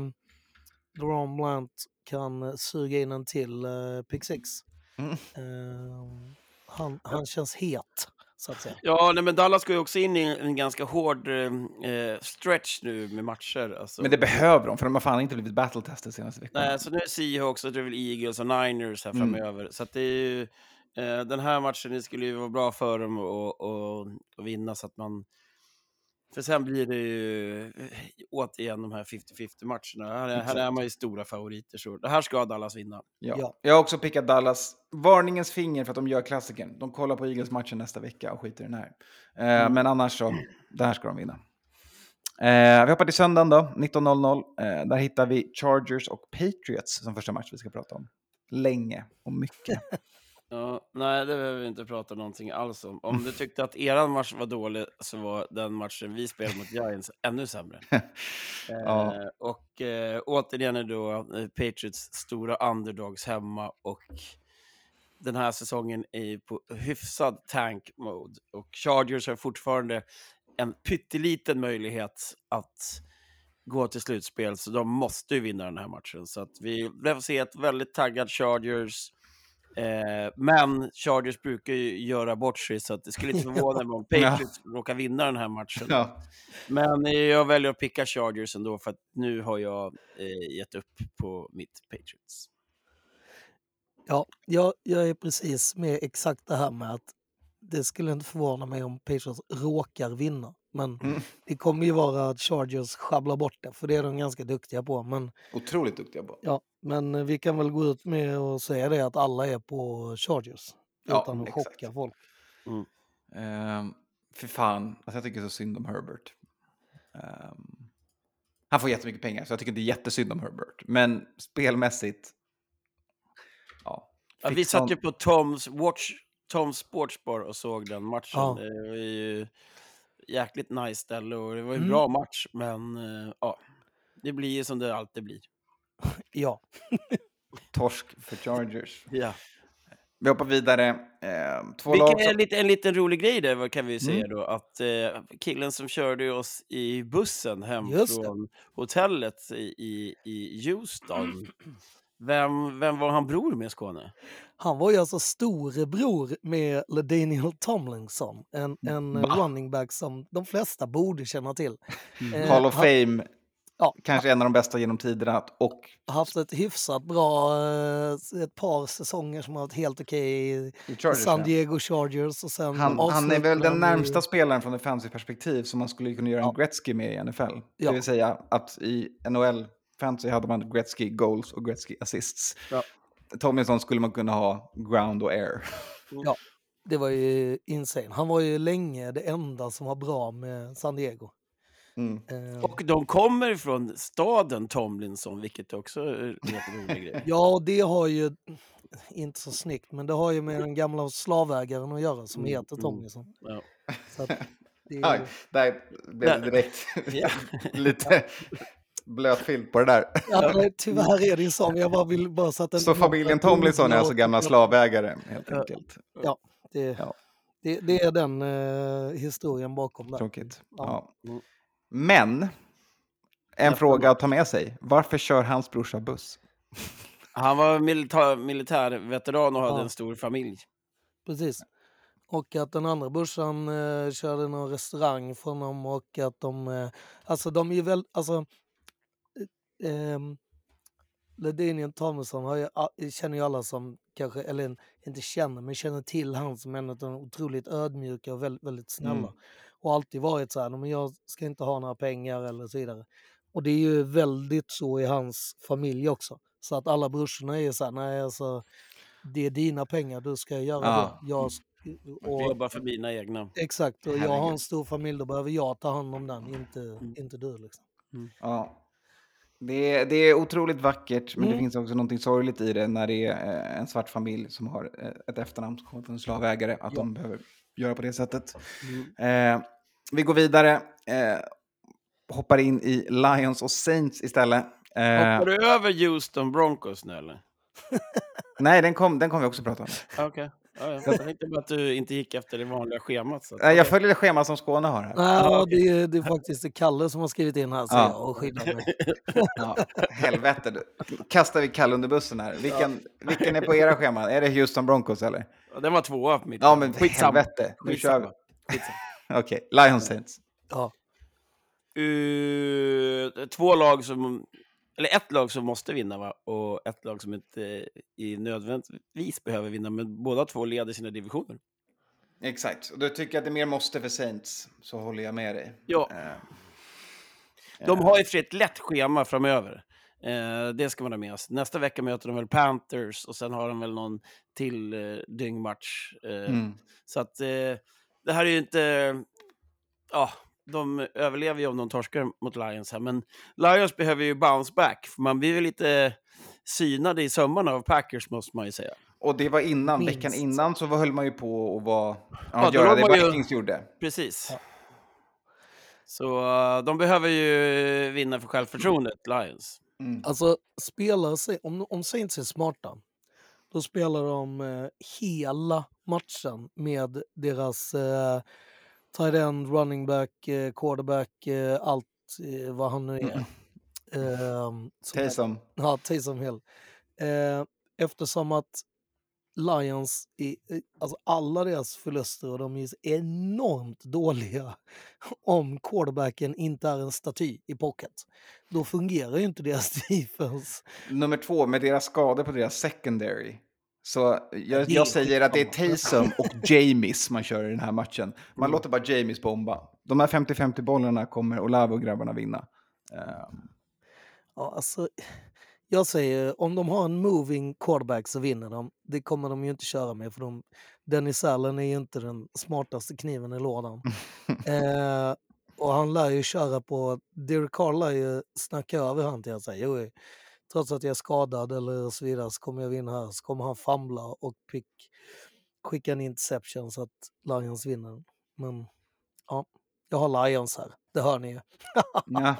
Speaker 4: Deron Blant kan suga in en till eh, pick six.
Speaker 1: Mm.
Speaker 4: Eh, han, han känns het, så att säga.
Speaker 5: Ja, nej, men Dallas går ju också in i en, en ganska hård eh, stretch nu med matcher. Alltså.
Speaker 1: Men det behöver de. För de har fan inte blivit battle-tested senaste veckan.
Speaker 5: Nej, så nu är Seahawks och det är väl Eagles och Niners här
Speaker 1: Mm.
Speaker 5: framöver. Så att det är ju, eh, den här matchen det skulle ju vara bra för dem att och, och vinna så att man... För sen blir det ju eh, återigen de här femtio femtio matcherna. Här, är- här
Speaker 1: Exakt.
Speaker 5: är man ju stora favoriter. Så det här ska Dallas vinna.
Speaker 1: Ja.
Speaker 4: Ja.
Speaker 1: Jag har också pickat Dallas. Varningens finger för att de gör klassiken. De kollar på Eagles-matchen nästa vecka och skiter i den här. Eh,
Speaker 5: Mm.
Speaker 1: Men annars så, det här ska de vinna. Eh, vi hoppar till söndagen då, nitton noll noll. Eh, där hittar vi Chargers och Patriots som första match vi ska prata om. Länge och mycket.
Speaker 5: Ja, nej, det behöver vi inte prata någonting alls om. Om du tyckte att eran match var dålig så var den matchen vi spelade mot Giants ännu sämre.
Speaker 1: Ja.
Speaker 5: Eh, och eh, återigen är då eh, Patriots stora underdogs hemma och den här säsongen är ju på hyfsad tank-mode. Och Chargers har fortfarande en pytteliten möjlighet att gå till slutspel, så de måste ju vinna den här matchen. Så att vi får se ett väldigt taggad Chargers. Eh, men Chargers brukar ju göra bort sig, så att det skulle inte förvåna mig om Patriots råkar vinna den här matchen.
Speaker 1: Ja.
Speaker 5: Men eh, jag väljer att picka Chargers ändå, för att nu har jag eh, gett upp på mitt Patriots.
Speaker 4: Ja, jag, jag är precis med exakt det här med att det skulle inte förvåna mig om Patriots råkar vinna. Men
Speaker 1: Mm.
Speaker 4: det kommer ju vara att Chargers sjabblar bort det, för det är de ganska duktiga på. Men,
Speaker 1: Otroligt duktiga på.
Speaker 4: ja, men vi kan väl gå ut med och säga det att alla är på Chargers.
Speaker 1: Ja,
Speaker 4: Utan att
Speaker 1: exakt.
Speaker 4: chocka folk.
Speaker 1: Um, för fan, alltså jag tycker så synd om Herbert. Um, han får jättemycket pengar, så jag tycker inte jättesynd om Herbert. Men spelmässigt, ja.
Speaker 5: Ja, vi
Speaker 1: Fick
Speaker 5: satt
Speaker 1: sån-
Speaker 5: ju på Toms, Watch, Toms Sportsbar och såg den matchen.
Speaker 4: Ja.
Speaker 5: Det var ju jäkligt nice ställe och det var en
Speaker 4: Mm.
Speaker 5: bra match. Men eh, ja, det blir ju som det alltid blir.
Speaker 4: Ja,
Speaker 1: torsk för Chargers.
Speaker 5: Ja.
Speaker 1: Vi hoppar vidare. Um, två lag
Speaker 5: Vilken är
Speaker 1: som...
Speaker 5: en, liten, en liten rolig grej där, vad kan vi säga
Speaker 1: Mm.
Speaker 5: då, att eh, killen som körde oss i bussen hem
Speaker 4: Just det.
Speaker 5: från hotellet i, i, i Houston Vem, vem var han bror med Skåne?
Speaker 4: Han var ju alltså storebror med LaDainian Tomlinson, en, en
Speaker 1: Va?
Speaker 4: running back som de flesta borde känna till. Eh,
Speaker 1: Hall of
Speaker 4: han-
Speaker 1: Fame,
Speaker 4: Ja,
Speaker 1: kanske en av de bästa genom tiderna. Och
Speaker 4: har haft ett hyfsat bra, eh, ett par säsonger som har varit helt okej i
Speaker 1: i Chargers,
Speaker 4: San
Speaker 1: ja.
Speaker 4: Diego Chargers och sen
Speaker 1: han, han är väl
Speaker 4: avslutade
Speaker 1: den
Speaker 4: han i-
Speaker 1: närmsta spelaren från ett fantasy-perspektiv som man skulle kunna göra en
Speaker 4: Ja.
Speaker 1: Gretzky med i N F L.
Speaker 4: Ja.
Speaker 1: Det vill säga att i N H L-fantasy hade man Gretzky goals och Gretzky assists.
Speaker 5: Ja.
Speaker 1: Tomlinson skulle man kunna ha ground och air.
Speaker 4: Ja, det var ju insane. Han var ju länge det enda som var bra med San Diego.
Speaker 1: Mm.
Speaker 4: Eh,
Speaker 5: Och de kommer från staden Tomlinson, vilket också är en jätterolig grej.
Speaker 4: Ja, och det har ju, inte så snyggt, men det har ju med den gamla slavägaren att göra som
Speaker 5: Mm,
Speaker 4: heter
Speaker 5: mm.
Speaker 4: Tomlinson.
Speaker 5: Ja.
Speaker 4: Så att det
Speaker 1: Aj,
Speaker 4: är,
Speaker 1: där blev det direkt
Speaker 5: Ja.
Speaker 1: lite blöt filt på det där.
Speaker 4: ja, nej, tyvärr är det ju så, men jag bara vill bara så att den...
Speaker 1: Så familjen Tomlinson är alltså gamla slavägare, helt
Speaker 4: Ja.
Speaker 1: enkelt.
Speaker 4: Ja, det,
Speaker 1: Ja.
Speaker 4: det, det är den eh, historien bakom där.
Speaker 1: Tråkigt.
Speaker 4: Ja.
Speaker 1: Ja. Men, en fråga att ta med sig. Varför kör hans brorsa buss?
Speaker 5: Han var militär, militärveteran och hade
Speaker 4: Ja.
Speaker 5: en stor familj.
Speaker 4: Precis. Och att den andra brorsan eh, körde någon restaurang för honom och att de, eh, alltså de är ju väl, alltså, eh, eh, LaDainian Tomlinson har ju, a- känner ju alla som kanske, eller en- inte känner, men känner till han som en av de otroligt ödmjuka och väldigt, väldigt snälla.
Speaker 1: Mm.
Speaker 4: Och alltid varit så här, men jag ska inte ha några pengar eller så vidare. Och det är ju väldigt så i hans familj också. Så att alla brorsorna är ju så här, nej alltså, det är dina pengar, du ska göra
Speaker 1: Ja.
Speaker 4: det. Jag,
Speaker 5: Vi
Speaker 4: och,
Speaker 5: jobbar för mina egna.
Speaker 4: exakt, och jag har
Speaker 1: Herregud.
Speaker 4: en stor familj, då behöver jag ta hand om den, inte, inte du liksom.
Speaker 1: Ja. Det är, det är otroligt vackert, men det
Speaker 4: Mm.
Speaker 1: finns också något sorgligt i det när det är eh, en svart familj som har eh, ett efternamn som kommer från en slavägare, att
Speaker 4: Ja.
Speaker 1: de behöver göra på det sättet.
Speaker 5: Mm.
Speaker 1: Eh, vi går vidare, eh, hoppar in i Lions och Saints istället. Eh,
Speaker 5: Hoppar du över Houston Broncos nu eller?
Speaker 1: nej, den kom, den kom vi också prata om.
Speaker 5: Ah, Okej. Ja, ja. Jag tänkte bara att du inte gick efter det vanliga schemat. Så att,
Speaker 1: Eh, jag
Speaker 5: okej.
Speaker 1: följer det schema som Skåne har här.
Speaker 4: Nej,
Speaker 5: Ah, okej.
Speaker 4: det, är, det är faktiskt Kalle som har skrivit in här, så
Speaker 1: Ja.
Speaker 4: jag och skyddar mig.
Speaker 1: Ja, helvete, du. Kastar vi Kalle under bussen här. Vilken, vilken är på era scheman? Är det Houston Broncos eller?
Speaker 5: Ja, den var tvåa på mitt.
Speaker 1: Ja, men
Speaker 5: Skitsamma.
Speaker 1: helvete. Nu kör vi.
Speaker 5: Skitsamma. Skitsamma.
Speaker 1: Okej, Lions Saints.
Speaker 4: Ja.
Speaker 5: Uh, två lag som, eller ett lag som måste vinna, va? Och ett lag som inte i nödvändigtvis behöver vinna, men båda två leder sina divisioner.
Speaker 1: Exakt, och du tycker att det mer måste för Saints, så håller jag med dig.
Speaker 5: Ja.
Speaker 1: Eh,
Speaker 5: De har ju för ett lätt schema framöver. Eh, det ska man ha med oss. Nästa vecka möter de väl Panthers och sen har de väl någon till eh, dyngmatch. Eh,
Speaker 1: mm.
Speaker 5: Så att eh, det här är ju inte... Ja, de överlever ju om de torskar mot Lions här. Men Lions behöver ju bounce back. För man blir ju lite synade i sömmarna av Packers, måste man ju säga.
Speaker 1: Och det var innan,
Speaker 4: Minst.
Speaker 1: veckan innan så höll man ju på att vara, ja,
Speaker 5: Ja, då
Speaker 1: göra
Speaker 5: var
Speaker 1: det
Speaker 5: man ju-
Speaker 1: Vikings gjorde.
Speaker 5: Precis. Så uh, de behöver ju vinna för självförtroendet, Lions.
Speaker 1: Mm.
Speaker 4: Alltså, spelar, Sa- om, om Saints är smarta, då spelar de eh, hela matchen med deras eh, tight end, running back, eh, quarterback, eh, allt eh, vad han nu är. Eh, som är-
Speaker 1: Taysom.
Speaker 4: Ja, Taysom Hill. Eh, eftersom att Lions, i, i- alltså alla deras förluster, och de är så enormt dåliga om quarterbacken inte är en staty i pocket. Då fungerar ju inte deras defense.
Speaker 1: Nummer två, med deras skador på deras secondary. Så jag,
Speaker 4: det är
Speaker 1: jag säger att det är
Speaker 4: skitsamma.
Speaker 1: Taysom och James man kör i den här matchen. Man
Speaker 4: Mm.
Speaker 1: låter bara James bomba. De här femtio femtio bollarna kommer Olave och grabbarna vinna. Eh,
Speaker 4: Ja, alltså, jag säger, om de har en moving quarterback så vinner de. Det kommer de ju inte köra med, för de, Dennis Allen är ju inte den smartaste kniven i lådan. eh, och han lär ju köra på, Derek Carr lär ju snacka över han till att säga, jo, trots att jag är skadad eller så vidare så kommer jag vinna här. Så kommer han famla och pick, skicka en interception så att Lions vinner. Men ja, jag har Lions här, det hör ni ju.
Speaker 1: ja.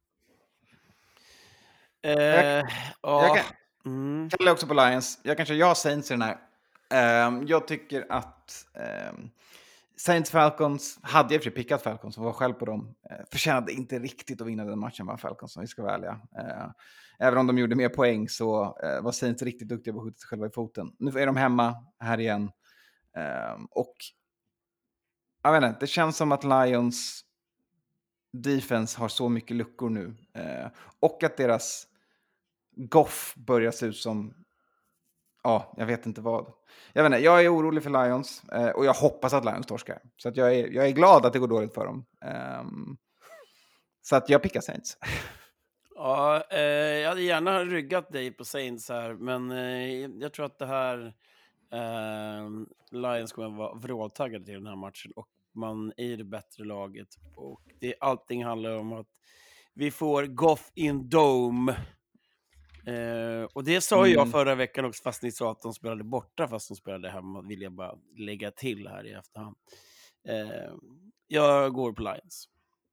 Speaker 5: Eh,
Speaker 1: Jag
Speaker 5: ja.
Speaker 1: kan,
Speaker 5: Mm.
Speaker 1: Kalle också på Lions. Jag kanske jag har Saints i den här. Ehm, jag tycker att ehm, Saints Falcons, hade jag för sig pickat Falcons och var själv på dem, uh, förtjänade inte riktigt att vinna den matchen, var Falcons, om vi ska vara ärliga. Uh, även om de gjorde mer poäng så eh, var Saints riktigt duktiga på att skjuta sig själva i foten. Nu är de hemma här igen. Um, och jag vet inte, det känns som att Lions defense har så mycket luckor nu. Uh, och att deras Goff börjar se ut som, ja, jag vet inte vad. Jag vet inte, jag är orolig för Lions uh, och jag hoppas att Lions torskar. Så att jag, är, jag är glad att det går dåligt för dem. Um, så att jag pickar Saints.
Speaker 5: Ja, eh, jag hade gärna ryggat dig på Saints här, men eh, jag tror att det här eh, Lions kommer att vara vråltaggade till den här matchen och man är det bättre laget och det, allting handlar om att vi får Goff in Dome. Eh, och det sa jag
Speaker 1: Mm.
Speaker 5: förra veckan också, fast ni sa att de spelade borta fast de spelade hemma, vill jag bara lägga till här i efterhand. Eh, jag går på Lions.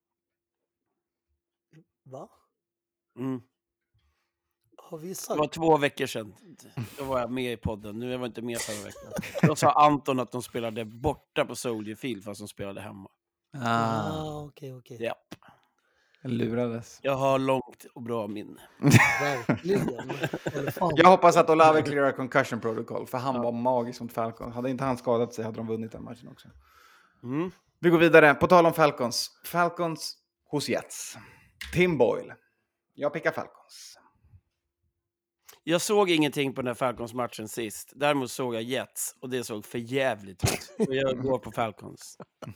Speaker 4: Va?
Speaker 5: Mm.
Speaker 4: Har vi
Speaker 5: Det
Speaker 4: sagt?
Speaker 5: var två veckor sedan. Då var jag med i podden. Nu var jag inte med förra veckan. Då sa Anton att de spelade borta på Soldier Field fast de spelade hemma.
Speaker 4: Ah, okej, okej.
Speaker 5: Ja.
Speaker 1: Jag lurades.
Speaker 5: Jag har långt och bra minne.
Speaker 4: Verkligen. Eller fan.
Speaker 1: Jag hoppas att Olave clearar concussion protocol, för han var magisk mot Falcons. Hade inte han skadat sig hade de vunnit den matchen också.
Speaker 5: Mm.
Speaker 1: Vi går vidare. På tal om Falcons. Falcons hos Jets. Tim Boyle. Jag pickar Falcons.
Speaker 5: Jag såg ingenting på den här Falcons-matchen sist. Däremot såg jag Jets och det såg för jävligt ut. Och jag går på Falcons.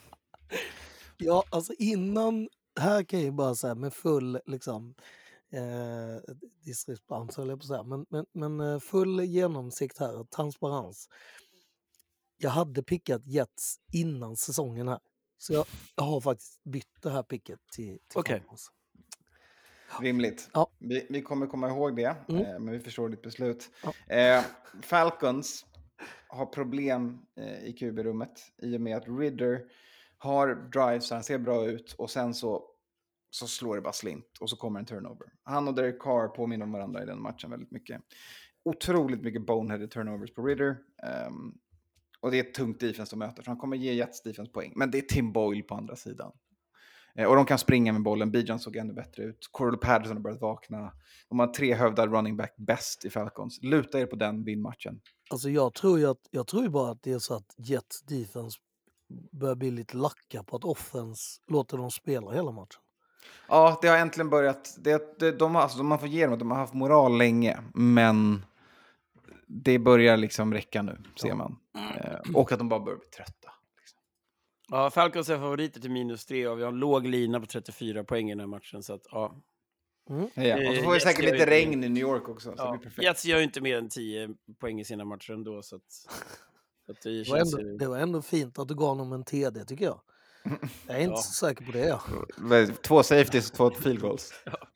Speaker 4: Ja, alltså innan, här kan jag ju bara säga med full liksom eh, disrespons, höll jag på att säga, men, men, men eh, full genomsikt här, transparens. Jag hade pickat Jets innan säsongen här. Så jag, jag har faktiskt bytt det här picket till, till
Speaker 5: Okej.
Speaker 4: Falcons.
Speaker 1: Rimligt.
Speaker 4: Ja.
Speaker 1: Vi, vi kommer komma ihåg det,
Speaker 4: Mm.
Speaker 1: eh, men vi förstår ditt beslut.
Speaker 4: Ja.
Speaker 1: Eh, Falcons har problem eh, i Q B-rummet i och med att Ridder har drives, han ser bra ut och sen så, så slår det bara slint och så kommer en turnover. Han och Derek Carr påminner om varandra i den matchen väldigt mycket. Otroligt mycket boneheaded turnovers på Ridder. Um, och det är ett tungt defense de möter, så han kommer ge Jets defense poäng. Men det är Tim Boyle på andra sidan. Eh, och de kan springa med bollen. Bijan såg ännu bättre ut. Cordell Patterson har börjat vakna. De har tre hövdar running back bäst i Falcons. Luta er på den vinn-matchen.
Speaker 4: Alltså jag tror ju att, jag tror ju bara att det är så att Jets defense börjar bli lite lacka på att offense låter dem spela hela matchen.
Speaker 1: Ja, det har äntligen börjat. Det, det, de har, alltså, man får ge dem att de har haft moral länge. Men det börjar liksom räcka nu, ser
Speaker 4: Ja.
Speaker 1: man. Eh, och att de bara börjar bli trötta. Liksom.
Speaker 5: Ja, Falcons är favoriter till minus tre och vi har en låg lina på trettiofyra poäng i den här matchen. Så att, ja.
Speaker 4: Mm.
Speaker 1: Ja, och så får vi
Speaker 5: Jets
Speaker 1: säkert
Speaker 5: gör
Speaker 1: lite
Speaker 5: ju-
Speaker 1: regn i New York också. Så det
Speaker 5: Ja,
Speaker 1: blir perfekt.
Speaker 5: Jets gör ju inte mer än tio poäng i sina matcher ändå. Så att, så att det
Speaker 4: Det var,
Speaker 5: känns
Speaker 4: ändå,
Speaker 5: ju...
Speaker 4: det var ändå fint att du gav honom en T D tycker jag. Jag är inte
Speaker 5: Ja.
Speaker 4: så säker på det. Ja.
Speaker 1: Två safeties och två field goals.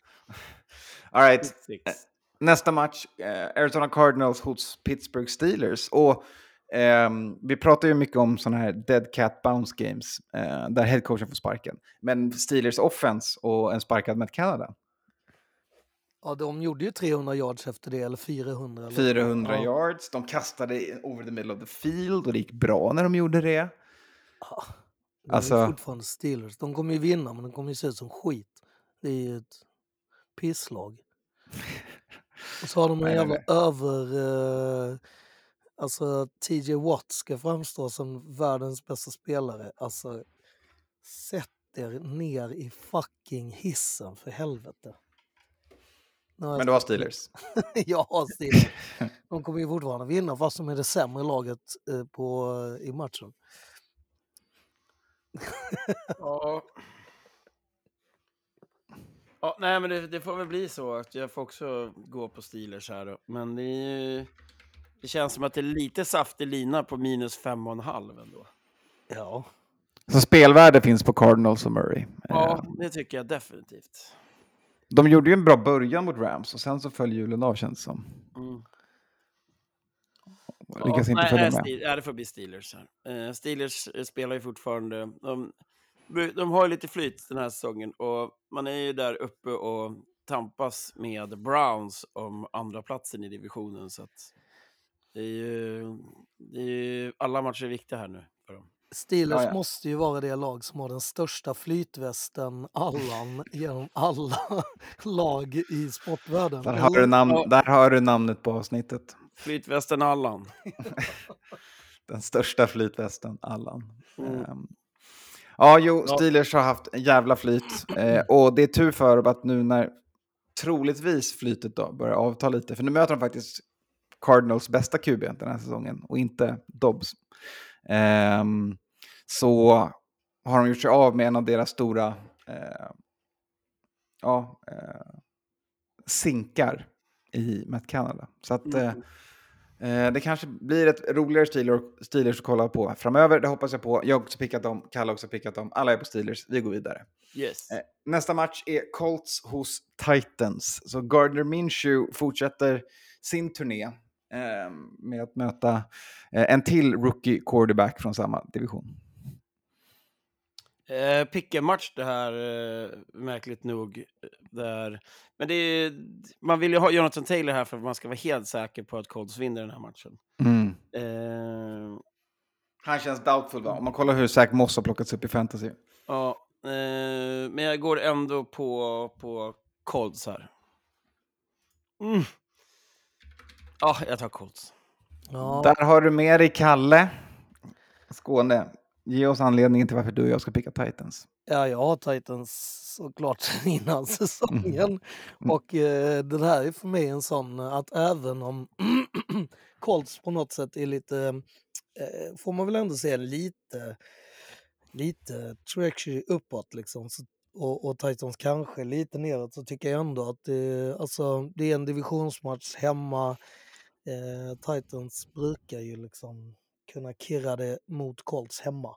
Speaker 1: All right.
Speaker 5: Six.
Speaker 1: Nästa match, eh, Arizona Cardinals hos Pittsburgh Steelers. Och ehm, vi pratar ju mycket om sådana här dead cat bounce games eh, där headcoachen får sparken. Men Steelers offense och en sparkad Matt Canada.
Speaker 4: Ja, de gjorde ju trehundra yards efter det, eller fyrahundra. Eller?
Speaker 1: fyrahundra
Speaker 4: Ja.
Speaker 1: yards. De kastade over the middle of the field och det gick bra när de gjorde det.
Speaker 4: Ja, det
Speaker 1: Alltså-
Speaker 4: är fortfarande Steelers. De kommer ju vinna, men de kommer ju se ut som skit. Det är ju ett pisslag. Och så har de en
Speaker 1: Nej,
Speaker 4: jävla
Speaker 1: nej.
Speaker 4: över... Eh, alltså, T J Watt ska framstå som världens bästa spelare. Alltså, sätt er ner i fucking hissen, för helvete. Nu har jag
Speaker 1: Men det var
Speaker 4: sagt-
Speaker 1: Steelers.
Speaker 4: Ja, Steelers. De kommer ju fortfarande vinna fast de är det sämre laget eh, på, i matchen.
Speaker 5: Ja. Ja, nej, men det, det får väl bli så att jag får också gå på Steelers här då. Men det, är ju- det känns som att det är lite saftig lina på minus fem och en halv ändå.
Speaker 4: Ja.
Speaker 1: Så spelvärde finns på Cardinals och Murray.
Speaker 5: Ja,
Speaker 1: Eh,
Speaker 5: det tycker jag definitivt.
Speaker 1: De gjorde ju en bra början mot Rams och sen så föll hjulen av, känns det som.
Speaker 5: Mm.
Speaker 1: Lyckas inte
Speaker 5: nej,
Speaker 1: följa
Speaker 5: nej,
Speaker 1: med.
Speaker 5: Ste- ja, det får bli Steelers här. Eh, Steelers eh, spelar ju fortfarande... De, de har ju lite flyt den här säsongen och man är ju där uppe och tampas med Browns om andra platsen i divisionen. Så att det är ju, det är ju alla matcher är viktiga här nu för dem.
Speaker 4: Steelers
Speaker 1: Ja, ja.
Speaker 4: måste ju vara det lag som har den största flytvästen Allan genom alla lag i sportvärlden.
Speaker 1: Där har, du namn, där har du namnet på avsnittet.
Speaker 5: Flytvästen Allan.
Speaker 1: Den största flytvästen, Allan.
Speaker 5: Mm.
Speaker 1: Um, ja, jo, Steelers har haft en jävla flyt. Eh, och det är tur för dem att nu när troligtvis flytet då börjar avta lite. För nu möter de faktiskt Cardinals bästa Q B den här säsongen och inte Dobbs. Um, så har de gjort sig av med en av deras stora uh, ja, uh, sinkar i Matt Canada. Så att uh, uh, det kanske blir ett roligare Steelers, Steelers att kolla på framöver. Det hoppas jag på. Jag har också pickat dem, Kalle har också pickat dem. Alla är på Steelers. Vi går vidare.
Speaker 5: Yes.
Speaker 1: Uh, nästa match är Colts hos Titans. Så Gardner Minshew fortsätter sin turné med att möta en till rookie quarterback från samma division.
Speaker 5: Eh, Pick-en-match det här, eh, märkligt nog. Där. Men det är, man vill ju ha Jonathan Taylor här för att man ska vara helt säker på att Colts vinner den här matchen.
Speaker 1: Mm.
Speaker 5: Eh,
Speaker 1: Han känns doubtful va? Om man kollar hur Zach Moss har plockats upp i fantasy.
Speaker 5: ja, eh, men jag går ändå på, på Colts här. Mm. Ja, jag tar Colts.
Speaker 4: Ja,
Speaker 1: Där har du med dig Kalle. Skåne. Ge oss anledningen till varför du och jag ska picka Titans.
Speaker 4: ja, jag har Titans såklart innan säsongen.
Speaker 1: Mm.
Speaker 4: Och eh, det här är för mig en sån att även om Colts på något sätt är lite, eh, får man väl ändå säga lite, lite trajectory uppåt liksom. Så, och, och Titans kanske lite neråt, så tycker jag ändå att det, alltså, det är en divisionsmatch hemma. Eh, Titans brukar ju liksom kunna kirra det mot Colts hemma.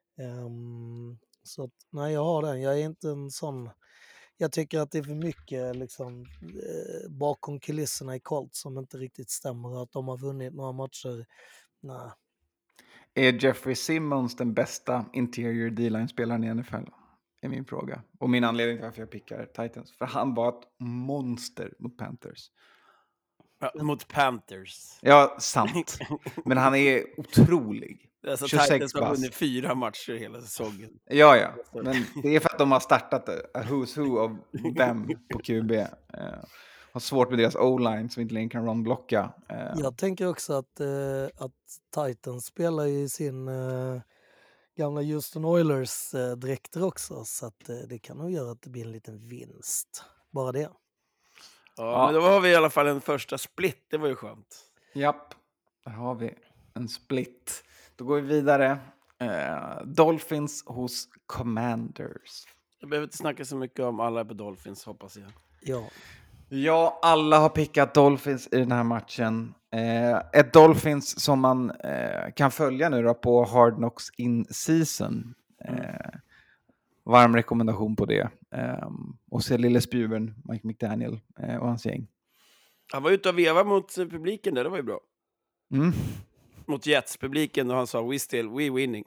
Speaker 4: Um, så att, nej, jag har den. Jag är inte en sån. Jag tycker att det är för mycket liksom, eh, bakom kulisserna i Colts som inte riktigt stämmer. Att de har vunnit några matcher. Nej.
Speaker 1: Är Jeffrey Simmons den bästa interior D-line-spelaren i N F L? Är min fråga. Och min anledning till varför jag pickar Titans. För han var ett monster mot Panthers.
Speaker 5: Ja, mot Panthers.
Speaker 1: Ja, sant. Men han är otrolig.
Speaker 5: Alltså,
Speaker 1: tjugosex
Speaker 5: Titans har
Speaker 1: bast.
Speaker 5: vunnit fyra matcher hela säsongen.
Speaker 1: Ja, ja. Men det är för att de har startat a who's who av dem på Q B. Uh, har svårt med deras O-line som inte längre kan run-blocka. Uh,
Speaker 4: Jag tänker också att, eh, att Titans spelar i sin eh, gamla Houston Oilers eh, dräkter också. Så att, eh, det kan nog göra att det blir en liten vinst. Bara det.
Speaker 5: Ja,
Speaker 1: Ja.
Speaker 5: men då har vi i alla fall en första split. Det var ju skönt.
Speaker 1: Japp, där har vi en split. Då går vi vidare. Uh, Dolphins hos Commanders.
Speaker 5: Jag behöver inte snacka så mycket om alla på Dolphins, hoppas jag.
Speaker 4: Ja.
Speaker 1: Ja, alla har pickat Dolphins i den här matchen. Eh, ett Dolphins som man eh, kan följa nu då på Hard Knocks in season. Eh, varm rekommendation på det. Eh, och se lille spjuvern Mike McDaniel eh, och hans gäng.
Speaker 5: Han var ute och vevade mot publiken där, det var ju bra.
Speaker 1: Mm.
Speaker 5: Mot Jets-publiken och han sa we still, we winning.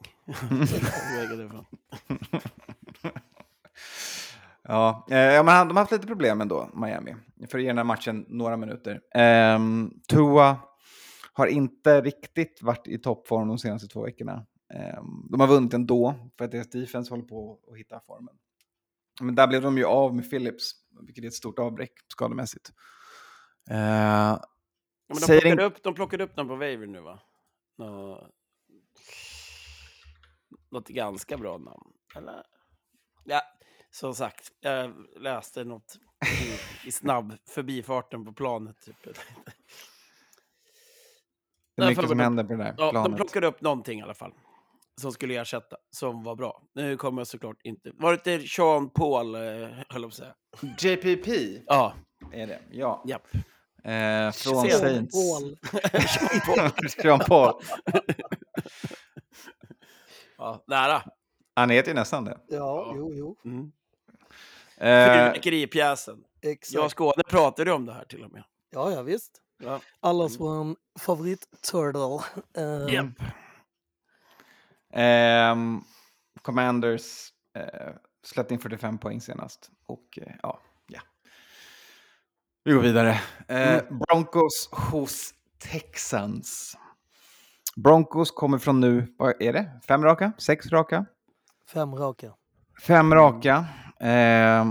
Speaker 1: Ja, eh, ja, men han, de har haft lite problem ändå, Miami. För att ge den här matchen några minuter. Eh, Tua har inte riktigt varit i toppform de senaste två veckorna. Eh, de har vunnit ändå för att deras defense håller på att hitta formen. Men där blev de ju av med Phillips, vilket är ett stort avbräck skademässigt. Eh,
Speaker 5: Ja, men de,
Speaker 1: säger
Speaker 5: plockade
Speaker 1: in-
Speaker 5: upp, de plockade upp den på waiver nu, va? Nå... Något ganska bra namn. Eller? Ja, som sagt. Jag läste något i, i snabb förbifarten på planet. Typ.
Speaker 1: Det är
Speaker 5: Därför
Speaker 1: mycket som
Speaker 5: de-
Speaker 1: händer på det där
Speaker 5: Ja, de
Speaker 1: planet.
Speaker 5: plockade upp någonting i alla fall. Som skulle ersätta. Som var bra. Nu kommer jag såklart inte... Var det inte Sean Paul, eh, höll jag på att säga?
Speaker 1: J P P
Speaker 5: Ja,
Speaker 1: är det, ja.
Speaker 5: japp.
Speaker 1: Eh, från
Speaker 5: Sean
Speaker 1: Saints.
Speaker 4: Paul.
Speaker 5: Sean Paul.
Speaker 1: Sean Paul.
Speaker 5: Ja, nära.
Speaker 1: Han heter ju nästan det.
Speaker 4: Ja, jo, jo.
Speaker 5: Mm.
Speaker 1: Eh,
Speaker 5: Fyrverkeripjäsen.
Speaker 4: Exakt.
Speaker 5: Jag och Skåne pratade om det här till och med.
Speaker 4: Ja, ja, visst.
Speaker 5: Ja.
Speaker 4: Allas vår favorit-turtle. Eh,
Speaker 5: Japp.
Speaker 1: ehm, Commanders eh, släppte in fyrtiofem poäng senast. Och eh, ja, ja. Vi går vidare. Eh, Broncos hos Texans. Broncos kommer från nu, vad är det? Fem raka? Sex raka?
Speaker 4: Fem raka.
Speaker 1: Fem raka. Eh,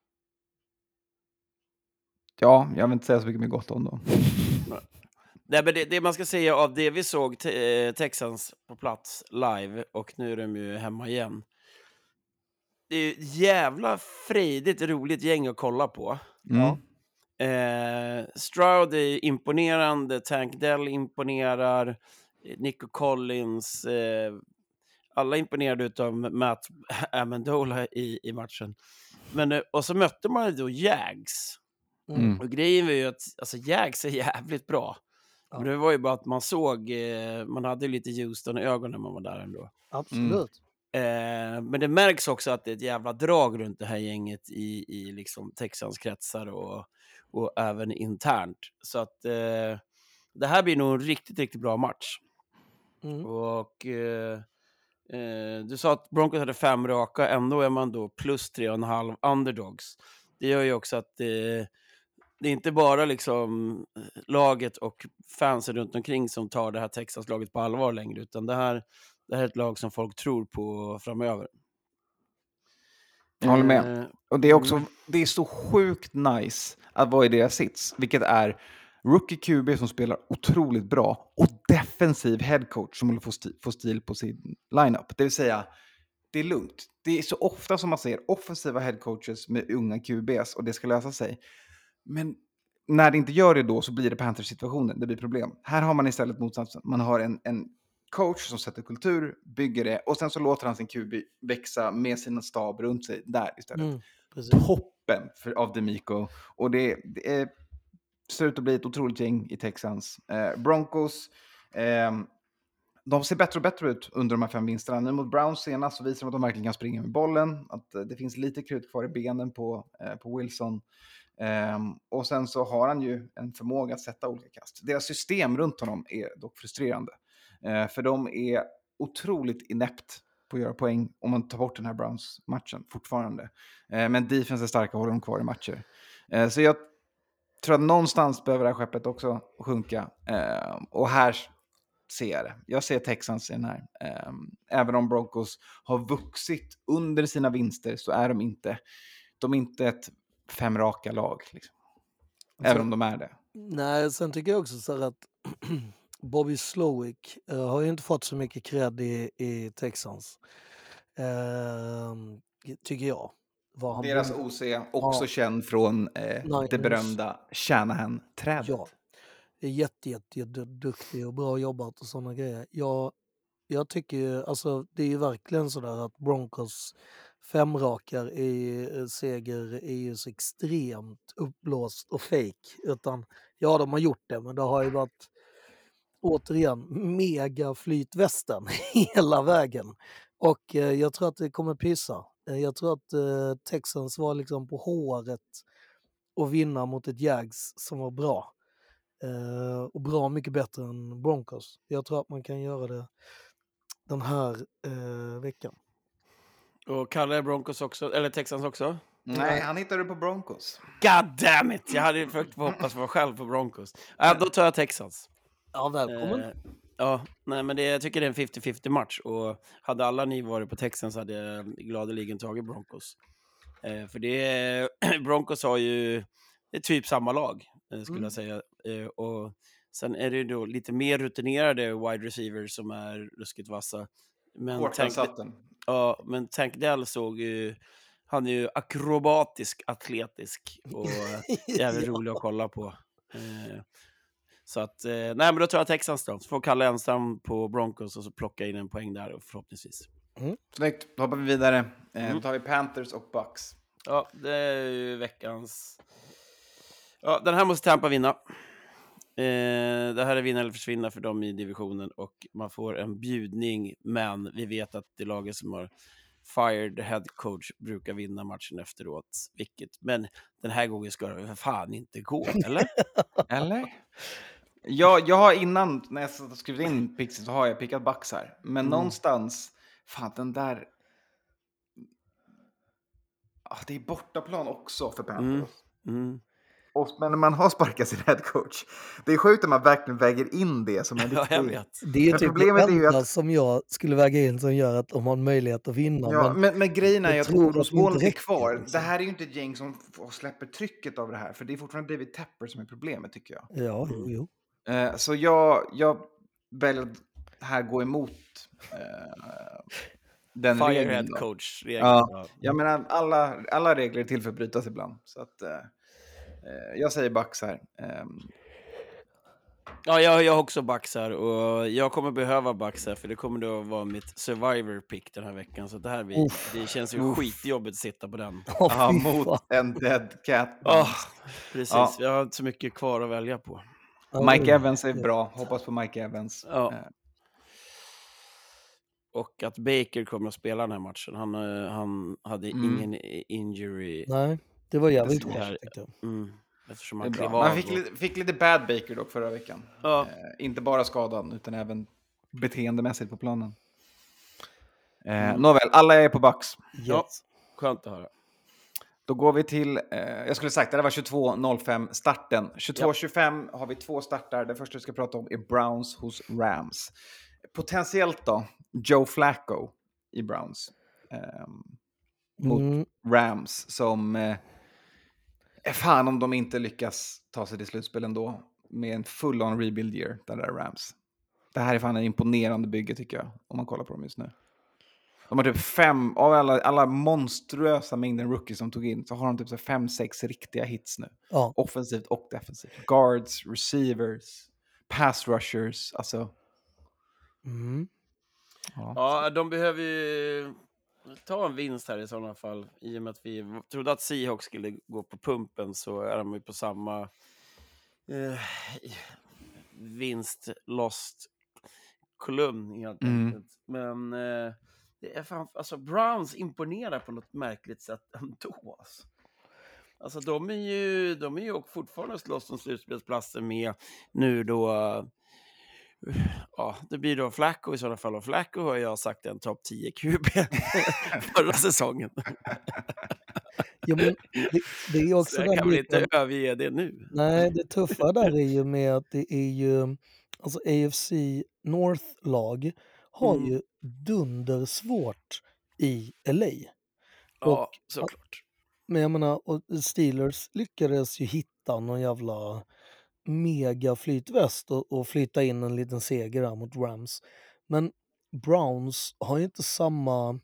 Speaker 1: ja, jag vill inte säga så mycket mer gott om dem.
Speaker 5: Nej, men det, det man ska säga av det vi såg te, eh, Texans på plats live, och nu är de ju hemma igen. Det är ett jävla frejdigt, roligt gäng att kolla på.
Speaker 1: Mm.
Speaker 4: Ja.
Speaker 5: Eh, Stroud är imponerande, Tank Dell imponerar, Nico Collins, eh, alla imponerade utav Matt Amendola i, i matchen. Men, eh, och så mötte man då Jags.
Speaker 1: Mm.
Speaker 5: Och grejen var ju att alltså, Jags är jävligt bra.
Speaker 4: Ja.
Speaker 5: Men det var ju bara att man såg, eh, man hade lite Houston i ögonen när man var där ändå.
Speaker 4: Absolut.
Speaker 5: Eh, men det märks också att det är ett jävla drag runt det här gänget i, i liksom Texans kretsar och, och även internt. Så att eh, det här blir nog en riktigt, riktigt bra match.
Speaker 4: Mm.
Speaker 5: Och eh, eh, du sa att Broncos hade fem raka, ändå är man då plus tre och en halv underdogs. Det gör ju också att eh, det är inte bara liksom laget och fansen runt omkring som tar det här Texas-laget på allvar längre, utan det här, det här är ett lag som folk tror på framöver.
Speaker 1: Jag håller med.
Speaker 5: Eh,
Speaker 1: Och det är också, det är så sjukt nice att vara i deras sits, vilket är rookie Q B som spelar otroligt bra och defensiv headcoach som håller få, sti- få stil på sin lineup. Det vill säga, det är lugnt. Det är så ofta som man ser offensiva headcoaches med unga Q Bs och det ska lösa sig. Men när det inte gör det då så blir det Panthers-situationen. Det blir problem. Här har man istället motsatsen. Man har en, en coach som sätter kultur, bygger det och sen så låter han sin Q B växa med sina stab runt sig där istället.
Speaker 4: Mm. Precis.
Speaker 1: Toppen för, av Demico. Och det, det är, ser ut att bli ett otroligt gäng i Texans. Eh, Broncos, eh, de ser bättre och bättre ut under de här fem vinsterna. Nu mot Browns senast så visar de att de verkligen kan springa med bollen. Att eh, det finns lite krut kvar i benen på, eh, på Wilson. Um, och sen så har han ju en förmåga att sätta olika kast. Deras system runt honom är dock frustrerande. Uh, för de är otroligt inept på att göra poäng om man tar bort den här Browns-matchen fortfarande. Uh, men defense är starka och håller dem kvar i matcher. Uh, så jag tror att någonstans behöver det här skeppet också sjunka. Uh, och här ser jag det. Jag ser Texans i den här. Um, även om Broncos har vuxit under sina vinster så är de inte, de är inte ett fem raka lag. Liksom. Även
Speaker 4: Så-
Speaker 1: om de är det.
Speaker 4: Nej, sen tycker jag också så här att Bobby Slowick eh, har ju inte fått så mycket cred i, i Texans. Ehm, tycker jag. Vad han
Speaker 1: Deras
Speaker 4: borde-
Speaker 1: O C också
Speaker 4: Ja.
Speaker 1: känd från eh,
Speaker 4: Niners.
Speaker 1: det berömda Shanahan-trädet.
Speaker 4: Ja, är jätte, jätte, jätte duktig och bra jobbat och sådana grejer. Jag, jag tycker ju, alltså det är ju verkligen sådär att Broncos femrakar i eh, seger är ju så extremt uppblåst och fake. Utan ja, de har gjort det, men det har ju varit återigen mega flytvästen hela vägen. Och eh, jag tror att det kommer pysa. Eh, jag tror att eh, Texans var liksom på håret och vinna mot ett Jags som var bra. Eh, och bra mycket bättre än Broncos. Jag tror att man kan göra det den här eh, veckan.
Speaker 5: och Kalle Broncos också, eller Texans också.
Speaker 1: Nej, han hittade på Broncos.
Speaker 5: God damn it! Jag hade ju försökt hoppas på mig själv på Broncos. Äh, då tar jag Texans.
Speaker 4: Ja, välkommen.
Speaker 5: Eh, ja, nej, men det, jag tycker det är en fifty fifty match. Och hade alla ni varit på Texans hade jag gladeligen tagit Broncos. Eh, för det är, Broncos har ju det är typ samma lag, eh, skulle
Speaker 4: Mm.
Speaker 5: jag säga. Eh, och sen är det ju då lite mer rutinerade wide receivers som är ruskigt vassa. Men
Speaker 1: Cortland
Speaker 5: Tank,
Speaker 1: Sutton.
Speaker 5: ja, men Tank Dell såg ju, han är ju akrobatisk, atletisk och jävligt
Speaker 4: Ja.
Speaker 5: rolig att kolla på. Eh, så att, eh, nej men då tar jag Texans då. Så får Kalle ensam på Broncos och så plocka in en poäng där och förhoppningsvis.
Speaker 1: Snyggt, då hoppar vi vidare. Eh,
Speaker 5: Mm.
Speaker 1: Då tar vi Panthers och Bucks.
Speaker 5: Ja, det är ju veckans... Ja, den här måste Tampa vinna. Eh, det här är vinna eller försvinna för dem i divisionen och man får en bjudning, men vi vet att det laget som har fired head coach brukar vinna matchen efteråt. Vilket, men den här gången ska det för fan inte gå, eller?
Speaker 1: Eller? Jag, jag har innan, när jag skrev in Pixie så har jag pickat Bucks här. Men
Speaker 5: Mm.
Speaker 1: någonstans, fan den där... Ah, det är bortaplan också för Panthers.
Speaker 5: Mm. Mm.
Speaker 1: Och, men när man har sparkat sin headcoach, det är sjukt att man verkligen väger in det som en
Speaker 5: Ja, jag
Speaker 1: riktig...
Speaker 5: vet.
Speaker 4: Det är ju
Speaker 1: Men
Speaker 4: typ
Speaker 1: problemet
Speaker 4: det
Speaker 1: är ju
Speaker 4: enda
Speaker 1: att-
Speaker 4: som jag skulle väga in som gör att de har en möjlighet att vinna.
Speaker 1: Ja,
Speaker 4: men
Speaker 1: men, men grejen är
Speaker 4: jag
Speaker 1: ju att
Speaker 4: tror att det
Speaker 1: orosmolnet
Speaker 4: inte
Speaker 1: är
Speaker 4: räcker,
Speaker 1: kvar.
Speaker 4: liksom.
Speaker 1: Det här är ju inte ett gäng som f- släpper trycket av det här, för det är fortfarande David Tepper som är problemet, tycker jag.
Speaker 4: ja, jo, jo.
Speaker 1: Eh, så jag, jag väljer att här gå emot eh, den regeln.
Speaker 5: Firehead
Speaker 1: då.
Speaker 5: coach.
Speaker 1: Ja. Jag menar, alla, alla regler är till för att brytas ibland. Så att, eh, eh, jag säger Bucks här. Ehm,
Speaker 5: Ja, jag, jag har också Bucks här och jag kommer behöva Bucks här för det kommer då vara mitt survivor pick den här veckan. Så det här blir,
Speaker 4: Uff.
Speaker 5: det känns ju
Speaker 1: Uff.
Speaker 5: skitjobbigt att sitta på den.
Speaker 4: Åh,
Speaker 1: ja,
Speaker 4: fy fan.
Speaker 1: mot en dead cat.
Speaker 5: Oh, precis,
Speaker 1: Ja.
Speaker 5: vi har inte så mycket kvar att välja på.
Speaker 4: Ja,
Speaker 1: Mike
Speaker 4: det-
Speaker 1: Evans är bra. Hoppas på Mike Evans.
Speaker 5: Ja.
Speaker 1: Eh,
Speaker 5: Och att Baker kommer att spela den här matchen. Han, eh, han hade
Speaker 1: Mm.
Speaker 5: ingen i- injury.
Speaker 4: Nej, det var jävligt
Speaker 1: Det
Speaker 5: är-
Speaker 4: hårt tyckte jag.
Speaker 5: Mm, eftersom
Speaker 1: det
Speaker 5: han
Speaker 1: är
Speaker 5: klev
Speaker 1: bra.
Speaker 5: av.
Speaker 1: Man fick,
Speaker 5: och-
Speaker 1: lite, fick lite bad Baker dock förra veckan.
Speaker 5: Ja.
Speaker 1: Eh, inte bara skadan, utan även beteendemässigt på planen. Eh,
Speaker 5: Mm.
Speaker 1: Nåväl, alla är på Bucks.
Speaker 5: Ja.
Speaker 4: Yes.
Speaker 5: Skönt att höra.
Speaker 1: Då går vi till, eh, jag skulle sagt, det där var tjugotvå noll fem starten. tjugotvå tjugofem har vi två startar. Det första vi ska prata om är Browns hos Rams. Potentiellt då, Joe Flacco i Browns. ehm, mot
Speaker 4: Mm,
Speaker 1: Rams som... Eh, är fan om de inte lyckas ta sig till slutspel ändå med en full-on rebuild year, den där Rams. Det här är fan en imponerande bygge tycker jag, om man kollar på dem just nu. De har typ fem, av alla, alla monstruösa mängden rookies som tog in, så har de typ så fem, sex riktiga hits nu.
Speaker 4: ja.
Speaker 1: Offensivt och defensivt. Guards, receivers, pass rushers, alltså...
Speaker 4: Mm.
Speaker 1: Ja.
Speaker 5: Ja, de behöver ju ta en vinst här i sådana fall. I och med att vi trodde att Seahawks skulle gå på pumpen så är de ju på samma eh, vinst-lost-kolumn helt
Speaker 1: Mm.
Speaker 5: enkelt. Men eh, det är fan, alltså Browns imponerar på något märkligt sätt ändå. Alltså, alltså de är ju, de är ju fortfarande slåss om slutspelsplatser med nu då. Ja, det blir då Flacco i sådana fall. Och Flacco har jag sagt en topp tio Q B förra säsongen.
Speaker 4: Ja, men det, det är också
Speaker 5: Så jag
Speaker 4: den
Speaker 5: kan väl inte
Speaker 4: biten.
Speaker 5: överge det nu.
Speaker 4: Nej, det tuffa där är ju med att det är ju, alltså A F C North-lag har
Speaker 5: Mm.
Speaker 4: ju dundersvårt i L A.
Speaker 5: Ja, såklart.
Speaker 4: Men jag menar, och Steelers lyckades ju hitta någon jävla mega flytväst och, och flytta in en liten seger där mot Rams. Men Browns har ju inte samma...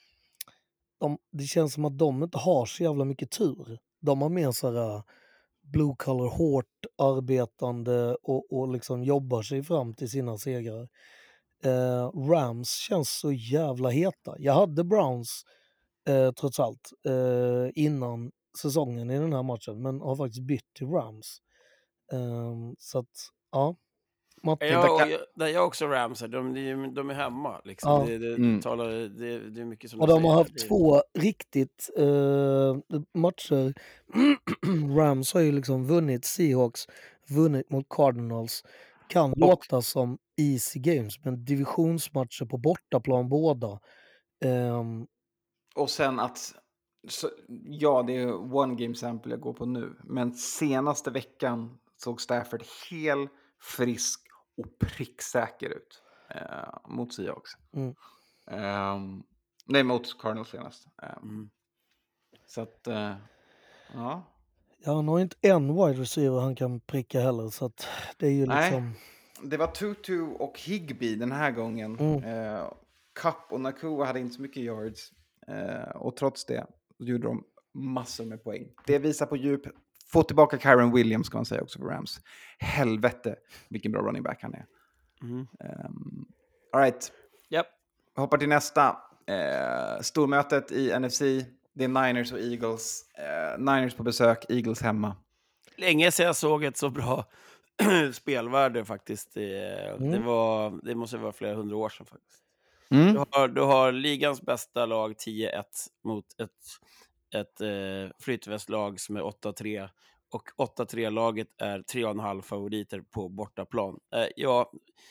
Speaker 4: De, det känns som att de inte har så jävla mycket tur. De har mer så här blue collar, hårt arbetande och, och liksom jobbar sig fram till sina segrar. Eh, Rams känns så jävla heta. Jag hade Browns eh, trots allt eh, innan säsongen i den här matchen, men har faktiskt bytt till Rams. Um, så att, ja. Matte,
Speaker 5: Jag, och jag, där jag också Rams här, de, de, de är hemma. Liksom.
Speaker 4: Ja.
Speaker 5: Det, det,
Speaker 1: Mm.
Speaker 5: talar, det, det är mycket som
Speaker 4: och
Speaker 5: du
Speaker 4: de har
Speaker 5: säger.
Speaker 4: haft
Speaker 5: Det-
Speaker 4: två riktigt eh, matcher. Rams har ju liksom vunnit Seahawks, vunnit mot Cardinals. Kan låta som easy games, men divisionsmatcher på bortaplan båda. Ehm,
Speaker 1: Och sen att, så, ja det är one game sample jag går på nu, men senaste veckan såg Stafford hel, frisk och pricksäker ut eh, mot Seahawks.
Speaker 4: Mm.
Speaker 1: Ehm, nej, mot Cardinals senast. Ehm,
Speaker 5: Mm.
Speaker 1: Så att, eh, ja.
Speaker 4: ja, han har ju inte en wide receiver han kan pricka heller, så att det är ju
Speaker 1: Nej.
Speaker 4: liksom...
Speaker 1: Det var Tutu och Higbee den här gången.
Speaker 4: Mm.
Speaker 1: Eh, Cup och Nakua hade inte så mycket yards. Eh, och trots det gjorde de massor med poäng. Det visar på djup. Få tillbaka Kyron Williams ska man säga också för Rams. Helvete vilken bra running back han är.
Speaker 5: Mm.
Speaker 1: Um, all right.
Speaker 5: Japp.
Speaker 1: Vi hoppar till nästa. Eh, stormötet i N F C. Det är Niners och Eagles. Eh, Niners på besök, Eagles hemma.
Speaker 5: Länge sedan jag såg ett så bra spelvärde faktiskt. Det,
Speaker 4: Mm.
Speaker 5: det, var, det måste vara flera hundra år sedan faktiskt.
Speaker 1: Mm.
Speaker 5: Du har, du har ligans bästa lag tio ett mot ett, ett eh, flytvästlag som är åtta tre. Och åtta tre-laget är tre och en halv favoriter på bortaplan. Eh, ja,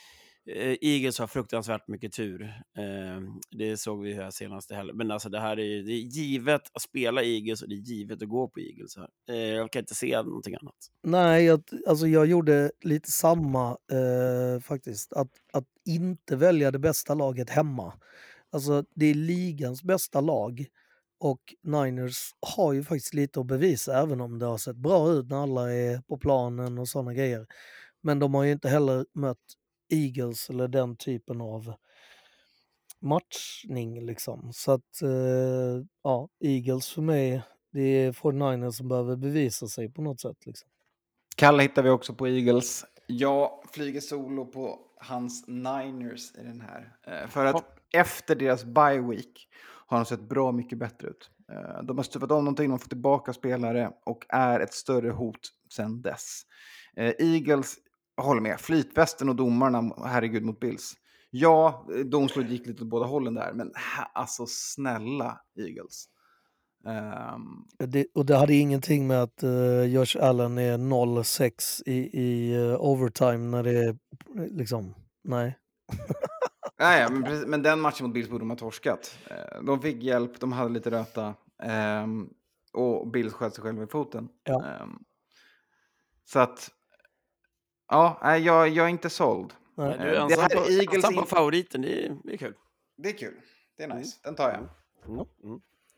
Speaker 5: eh, Eagles har fruktansvärt mycket tur. Eh, det såg vi här senaste helgen. Men alltså det här är, det är givet att spela Eagles och det är givet att gå på Eagles här. Eh, jag kan inte se någonting annat.
Speaker 4: Nej, jag, alltså jag gjorde lite samma eh, faktiskt. Att, att inte välja det bästa laget hemma. Alltså det är ligans bästa lag och Niners har ju faktiskt lite att bevisa även om det har sett bra ut när alla är på planen och sådana grejer. Men de har ju inte heller mött Eagles eller den typen av matchning liksom. Så att eh, ja, Eagles för mig, det är fyrtionioers som behöver bevisa sig på något sätt liksom.
Speaker 1: Kalle hittar vi också på Eagles. Jag flyger solo på hans Niners i den här. Eh, för att efter deras bye week har de sett bra mycket bättre ut. Eh, de har stuvat om någonting, de har fått tillbaka spelare och är ett större hot sedan dess. Eh, Eagles, jag håller med, flytvästen och domarna, herregud mot Bills. Ja, domslut gick lite åt båda hållen där, men ha, alltså snälla Eagles. Um,
Speaker 4: det, och det hade ingenting med att uh, Josh Allen är noll sex i, i uh, overtime när det är liksom, nej.
Speaker 1: nej, men, precis, men den matchen mot Bills borde de ha torskat. Uh, de fick hjälp, de hade lite röta um, och Bills sköt sig själva i foten.
Speaker 4: Ja.
Speaker 1: Um, så att, ja, nej, jag, jag är inte såld.
Speaker 5: Nej, du är
Speaker 1: Uh,
Speaker 5: ensam,
Speaker 1: det här
Speaker 5: på,
Speaker 1: är Eagles
Speaker 5: ensam på
Speaker 1: in...
Speaker 5: favoriten, det är, det är kul.
Speaker 1: Det är kul, det är nice, den tar jag.
Speaker 5: Mm. Mm.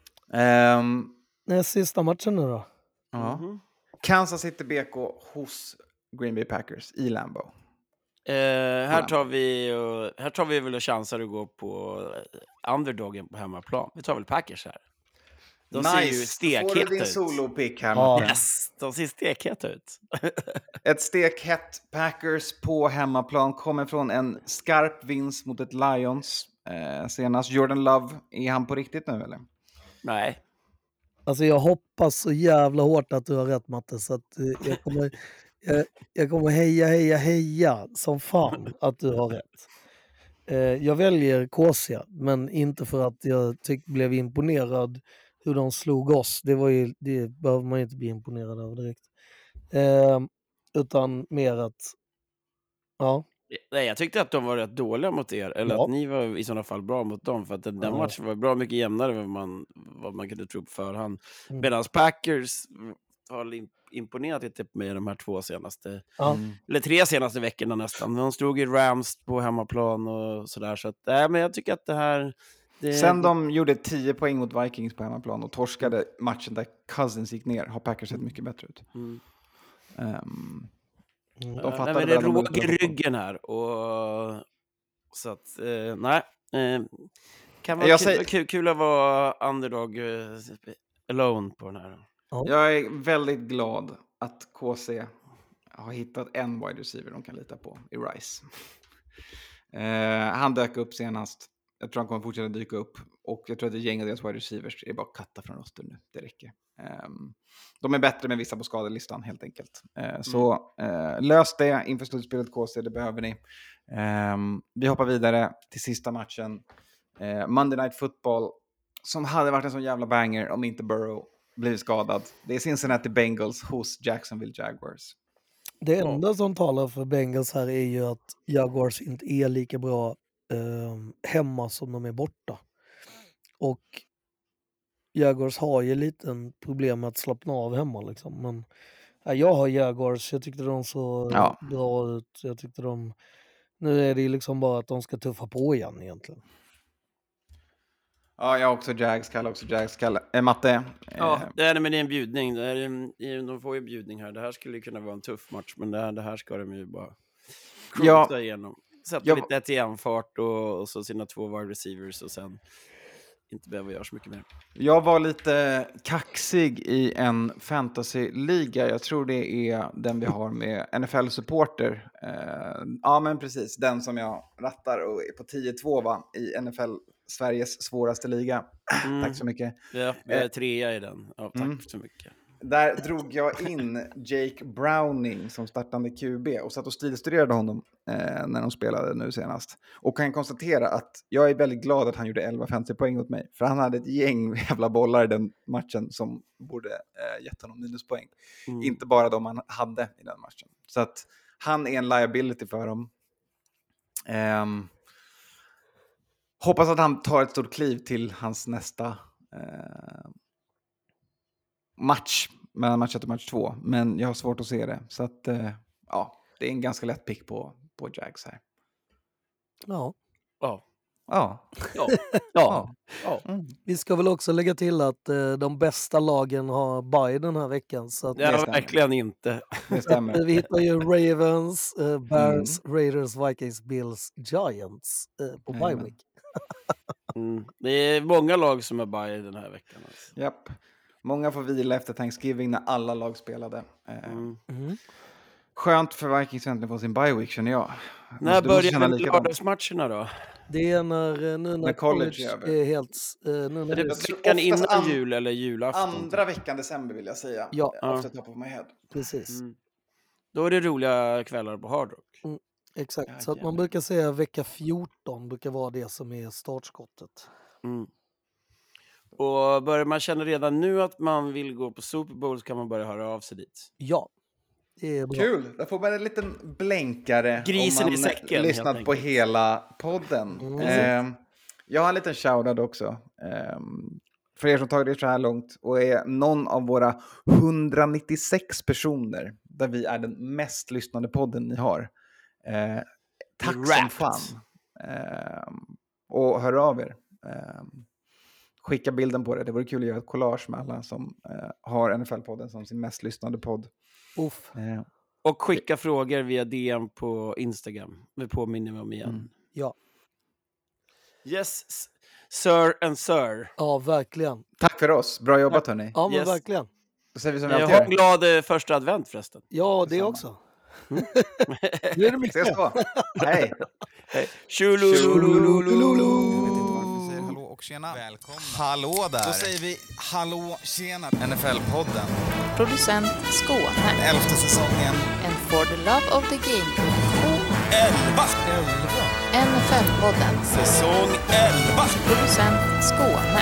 Speaker 1: Um,
Speaker 4: Nej, sista matchen nu då?
Speaker 1: ja.
Speaker 5: Mm.
Speaker 1: Kansas City B K hos Green Bay Packers i Lambeau.
Speaker 5: Eh, här, tar vi, och, här tar vi väl och chansar att gå på underdogen på hemmaplan. Vi tar väl Packers här. De
Speaker 1: nice.
Speaker 5: ser ju stekheta
Speaker 1: Får du din
Speaker 5: ut.
Speaker 1: solo-pick här,
Speaker 4: Ja.
Speaker 1: Matte?
Speaker 5: Yes, de ser stekheta ut.
Speaker 1: Ett stekhett Packers på hemmaplan kommer från en skarp vinst mot ett Lions eh, senast. Jordan Love, är han på riktigt nu eller?
Speaker 5: Nej.
Speaker 4: Alltså jag hoppas så jävla hårt att du har rätt Matte, så att uh, jag kommer jag, jag kommer heja, heja, heja som fan att du har rätt. Uh, jag väljer Kåsia, men inte för att jag tyck, blev imponerad hur de slog oss. Det, var ju, det behöver man ju inte bli imponerad av direkt. Uh, utan mer att, ja.
Speaker 5: Nej, jag tyckte att de var rätt dåliga mot er. Eller
Speaker 4: Ja.
Speaker 5: att ni var i sådana fall bra mot dem. För att den, den
Speaker 4: Ja.
Speaker 5: matchen var bra mycket jämnare än vad man, vad man kunde tro på förhand.
Speaker 4: Mm.
Speaker 5: Medan Packers har imponerat lite på mig de här två senaste,
Speaker 4: Ja.
Speaker 5: eller tre senaste veckorna nästan. De stod i Rams på hemmaplan och sådär. Så att, nej, men jag tycker att det här... Det...
Speaker 1: Sen de gjorde tio poäng mot Vikings på hemmaplan och torskade matchen där Cousins gick ner har Packers sett mycket bättre ut.
Speaker 5: Mm.
Speaker 1: Um,
Speaker 4: Mm.
Speaker 1: de
Speaker 5: Ja,
Speaker 1: fattade
Speaker 5: nej, men det är
Speaker 1: väl att de
Speaker 5: råg i
Speaker 1: hade-
Speaker 5: ryggen här. Och, så att, eh, nej. Eh, kan vara
Speaker 1: Jag
Speaker 5: kul,
Speaker 1: säger-
Speaker 5: kul, kul att vara underdog eh, alone på den här.
Speaker 1: Jag är väldigt glad att K C har hittat en wide receiver de kan lita på i Rice. Eh, han dök upp senast. Jag tror han kommer fortsätta dyka upp. Och jag tror att ett gäng av deras wide receivers är bara att katta från rösten nu. Det räcker. Um, de är bättre med vissa på skadelistan helt enkelt. Uh, så uh, lös det inför slutspelet K C, det behöver ni. Um, vi hoppar vidare till sista matchen. Uh, Monday Night Football. Som hade varit en sån jävla banger om inte Burrow blivit skadad. Det är Cincinnati Bengals hos Jacksonville Jaguars.
Speaker 4: Det enda som talar för Bengals här är ju att Jaguars inte är lika bra eh, hemma som de är borta. Och Jaguars har ju lite problem med att slappna av hemma liksom. Men ja, jag har Jaguars, jag tyckte de så
Speaker 1: Ja.
Speaker 4: bra ut. Jag tyckte de... Nu är det ju liksom bara att de ska tuffa på igen egentligen.
Speaker 1: Ja, jag har också Jags, Kalle också Jags, Kalle. Eh, Matte.
Speaker 5: Ja,
Speaker 1: Eh,
Speaker 5: det är, men det är en bjudning. Det är en, de får ju en bjudning här. Det här skulle kunna vara en tuff match, men det här, det här ska de ju bara
Speaker 1: Ja.
Speaker 5: cruisa igenom. Sätta
Speaker 1: Jag-
Speaker 5: lite ett igen fart och, och så sina två wide receivers och sen inte behöva göra så mycket mer.
Speaker 1: Jag var lite kaxig i en fantasy-liga. Jag tror det är den vi har med N F L-supporter. Eh, ja, men precis. Den som jag rattar och är på tio två va? I N F L, Sveriges svåraste liga.
Speaker 5: Mm.
Speaker 1: Tack så mycket.
Speaker 5: Ja, jag är trea i den. Ja, tack
Speaker 1: Mm.
Speaker 5: så mycket.
Speaker 1: Där drog jag in Jake Browning som startande Q B och satt och stilstuderade honom eh, när de spelade nu senast. Och kan konstatera att jag är väldigt glad att han gjorde elva femtio poäng åt mig. För han hade ett gäng jävla bollar i den matchen som borde eh, gett honom minuspoäng.
Speaker 5: Mm.
Speaker 1: Inte bara de han hade i den matchen. Så att han är en liability för dem. Ehm, hoppas att han tar ett stort kliv till hans nästa eh, match. Mellan match ett och match två. Men jag har svårt att se det. Så att, eh, ja, det är en ganska lätt pick på, på Jags här.
Speaker 4: Ja.
Speaker 5: Ja.
Speaker 1: Ja.
Speaker 5: Ja.
Speaker 1: Ja.
Speaker 5: Ja.
Speaker 1: Mm.
Speaker 4: Vi ska väl också lägga till att eh, de bästa lagen har bye den här veckan. Så att,
Speaker 5: Det är
Speaker 1: stämmer.
Speaker 5: verkligen inte.
Speaker 1: Det stämmer.
Speaker 4: eh, vi hittar ju Ravens, eh, Bears, Raiders, Vikings, Bills, Giants eh, på bye
Speaker 1: Jajamän.
Speaker 4: week.
Speaker 5: Mm. Det är många lag som är bye den här veckan. Alltså.
Speaker 1: Japp. Många får vila efter Thanksgiving när alla lag spelade. Eh,
Speaker 5: Mm.
Speaker 4: Mm.
Speaker 1: Skönt för Vikings äntligen få sin bye week, känner jag.
Speaker 5: När
Speaker 1: Du måste känna
Speaker 5: börjar
Speaker 1: likadant.
Speaker 5: lördagsmatcherna då?
Speaker 4: Det är när, eh, nu när,
Speaker 1: När college
Speaker 4: college
Speaker 1: är över.
Speaker 4: är helt... Eh, nu när
Speaker 5: Är
Speaker 4: det,
Speaker 5: det
Speaker 1: tror
Speaker 5: veckan
Speaker 1: oftast
Speaker 5: innan
Speaker 1: an-
Speaker 5: jul eller julafton?
Speaker 1: Andra veckan december vill jag säga.
Speaker 4: Ja.
Speaker 1: Eh, Off the top of my head.
Speaker 4: precis,
Speaker 5: Mm. Då är det roliga kvällar på Hard Rock.
Speaker 4: exakt. Så att man
Speaker 1: Jajamän.
Speaker 4: brukar säga vecka fjorton brukar vara det som är startskottet.
Speaker 5: Mm. Och börjar man känna redan nu att man vill gå på Super Bowl så kan man börja höra av sig dit.
Speaker 4: Ja, det är bra.
Speaker 1: Kul! Där får man en liten blänkare
Speaker 5: Grisen
Speaker 1: om
Speaker 5: i
Speaker 1: man
Speaker 5: säcken,
Speaker 1: lyssnat
Speaker 5: helt
Speaker 1: på
Speaker 5: enkelt.
Speaker 1: hela podden.
Speaker 4: Mm.
Speaker 1: Ehm, jag har en liten shoutout också. Ehm, för er som tagit det så här långt och är någon av våra hundranittiosex personer där vi är den mest lyssnande podden ni har. Eh, tack som
Speaker 5: Wrapped.
Speaker 1: fan. Ehm, och hör av er. Ehm, skicka bilden på det. Det vore kul att göra ett collage med alla som eh, har N F L-podden som sin mest lyssnande podd.
Speaker 4: Uff.
Speaker 1: Eh,
Speaker 5: Och skicka frågor via D M på Instagram. Vi påminner mig om igen.
Speaker 1: Mm.
Speaker 4: Ja.
Speaker 5: Yes, s- sir and sir.
Speaker 4: Ja, verkligen.
Speaker 1: Tack för oss. Bra jobbat hörni.
Speaker 4: Ja, men
Speaker 5: Yes.
Speaker 4: verkligen.
Speaker 1: Då säger vi som vi
Speaker 5: Jag
Speaker 1: alltid
Speaker 5: har
Speaker 1: gör.
Speaker 5: en glad eh, första advent förresten.
Speaker 4: Ja, det
Speaker 1: Detsamma.
Speaker 4: också. Nu är det mycket.
Speaker 1: Ses då. Hej.
Speaker 5: Tjololololololo.
Speaker 2: Jag vet inte varför vi säger hallå och tjena. Välkomna. Hallå där. Då säger vi hallå, tjena. N F L-podden.
Speaker 3: Producent Skåne.
Speaker 2: Elfte säsongen.
Speaker 3: En For the Love of the Game-produktion.
Speaker 2: Elva.
Speaker 3: N F L-podden.
Speaker 2: Säsong elva.
Speaker 3: Producent Skåne.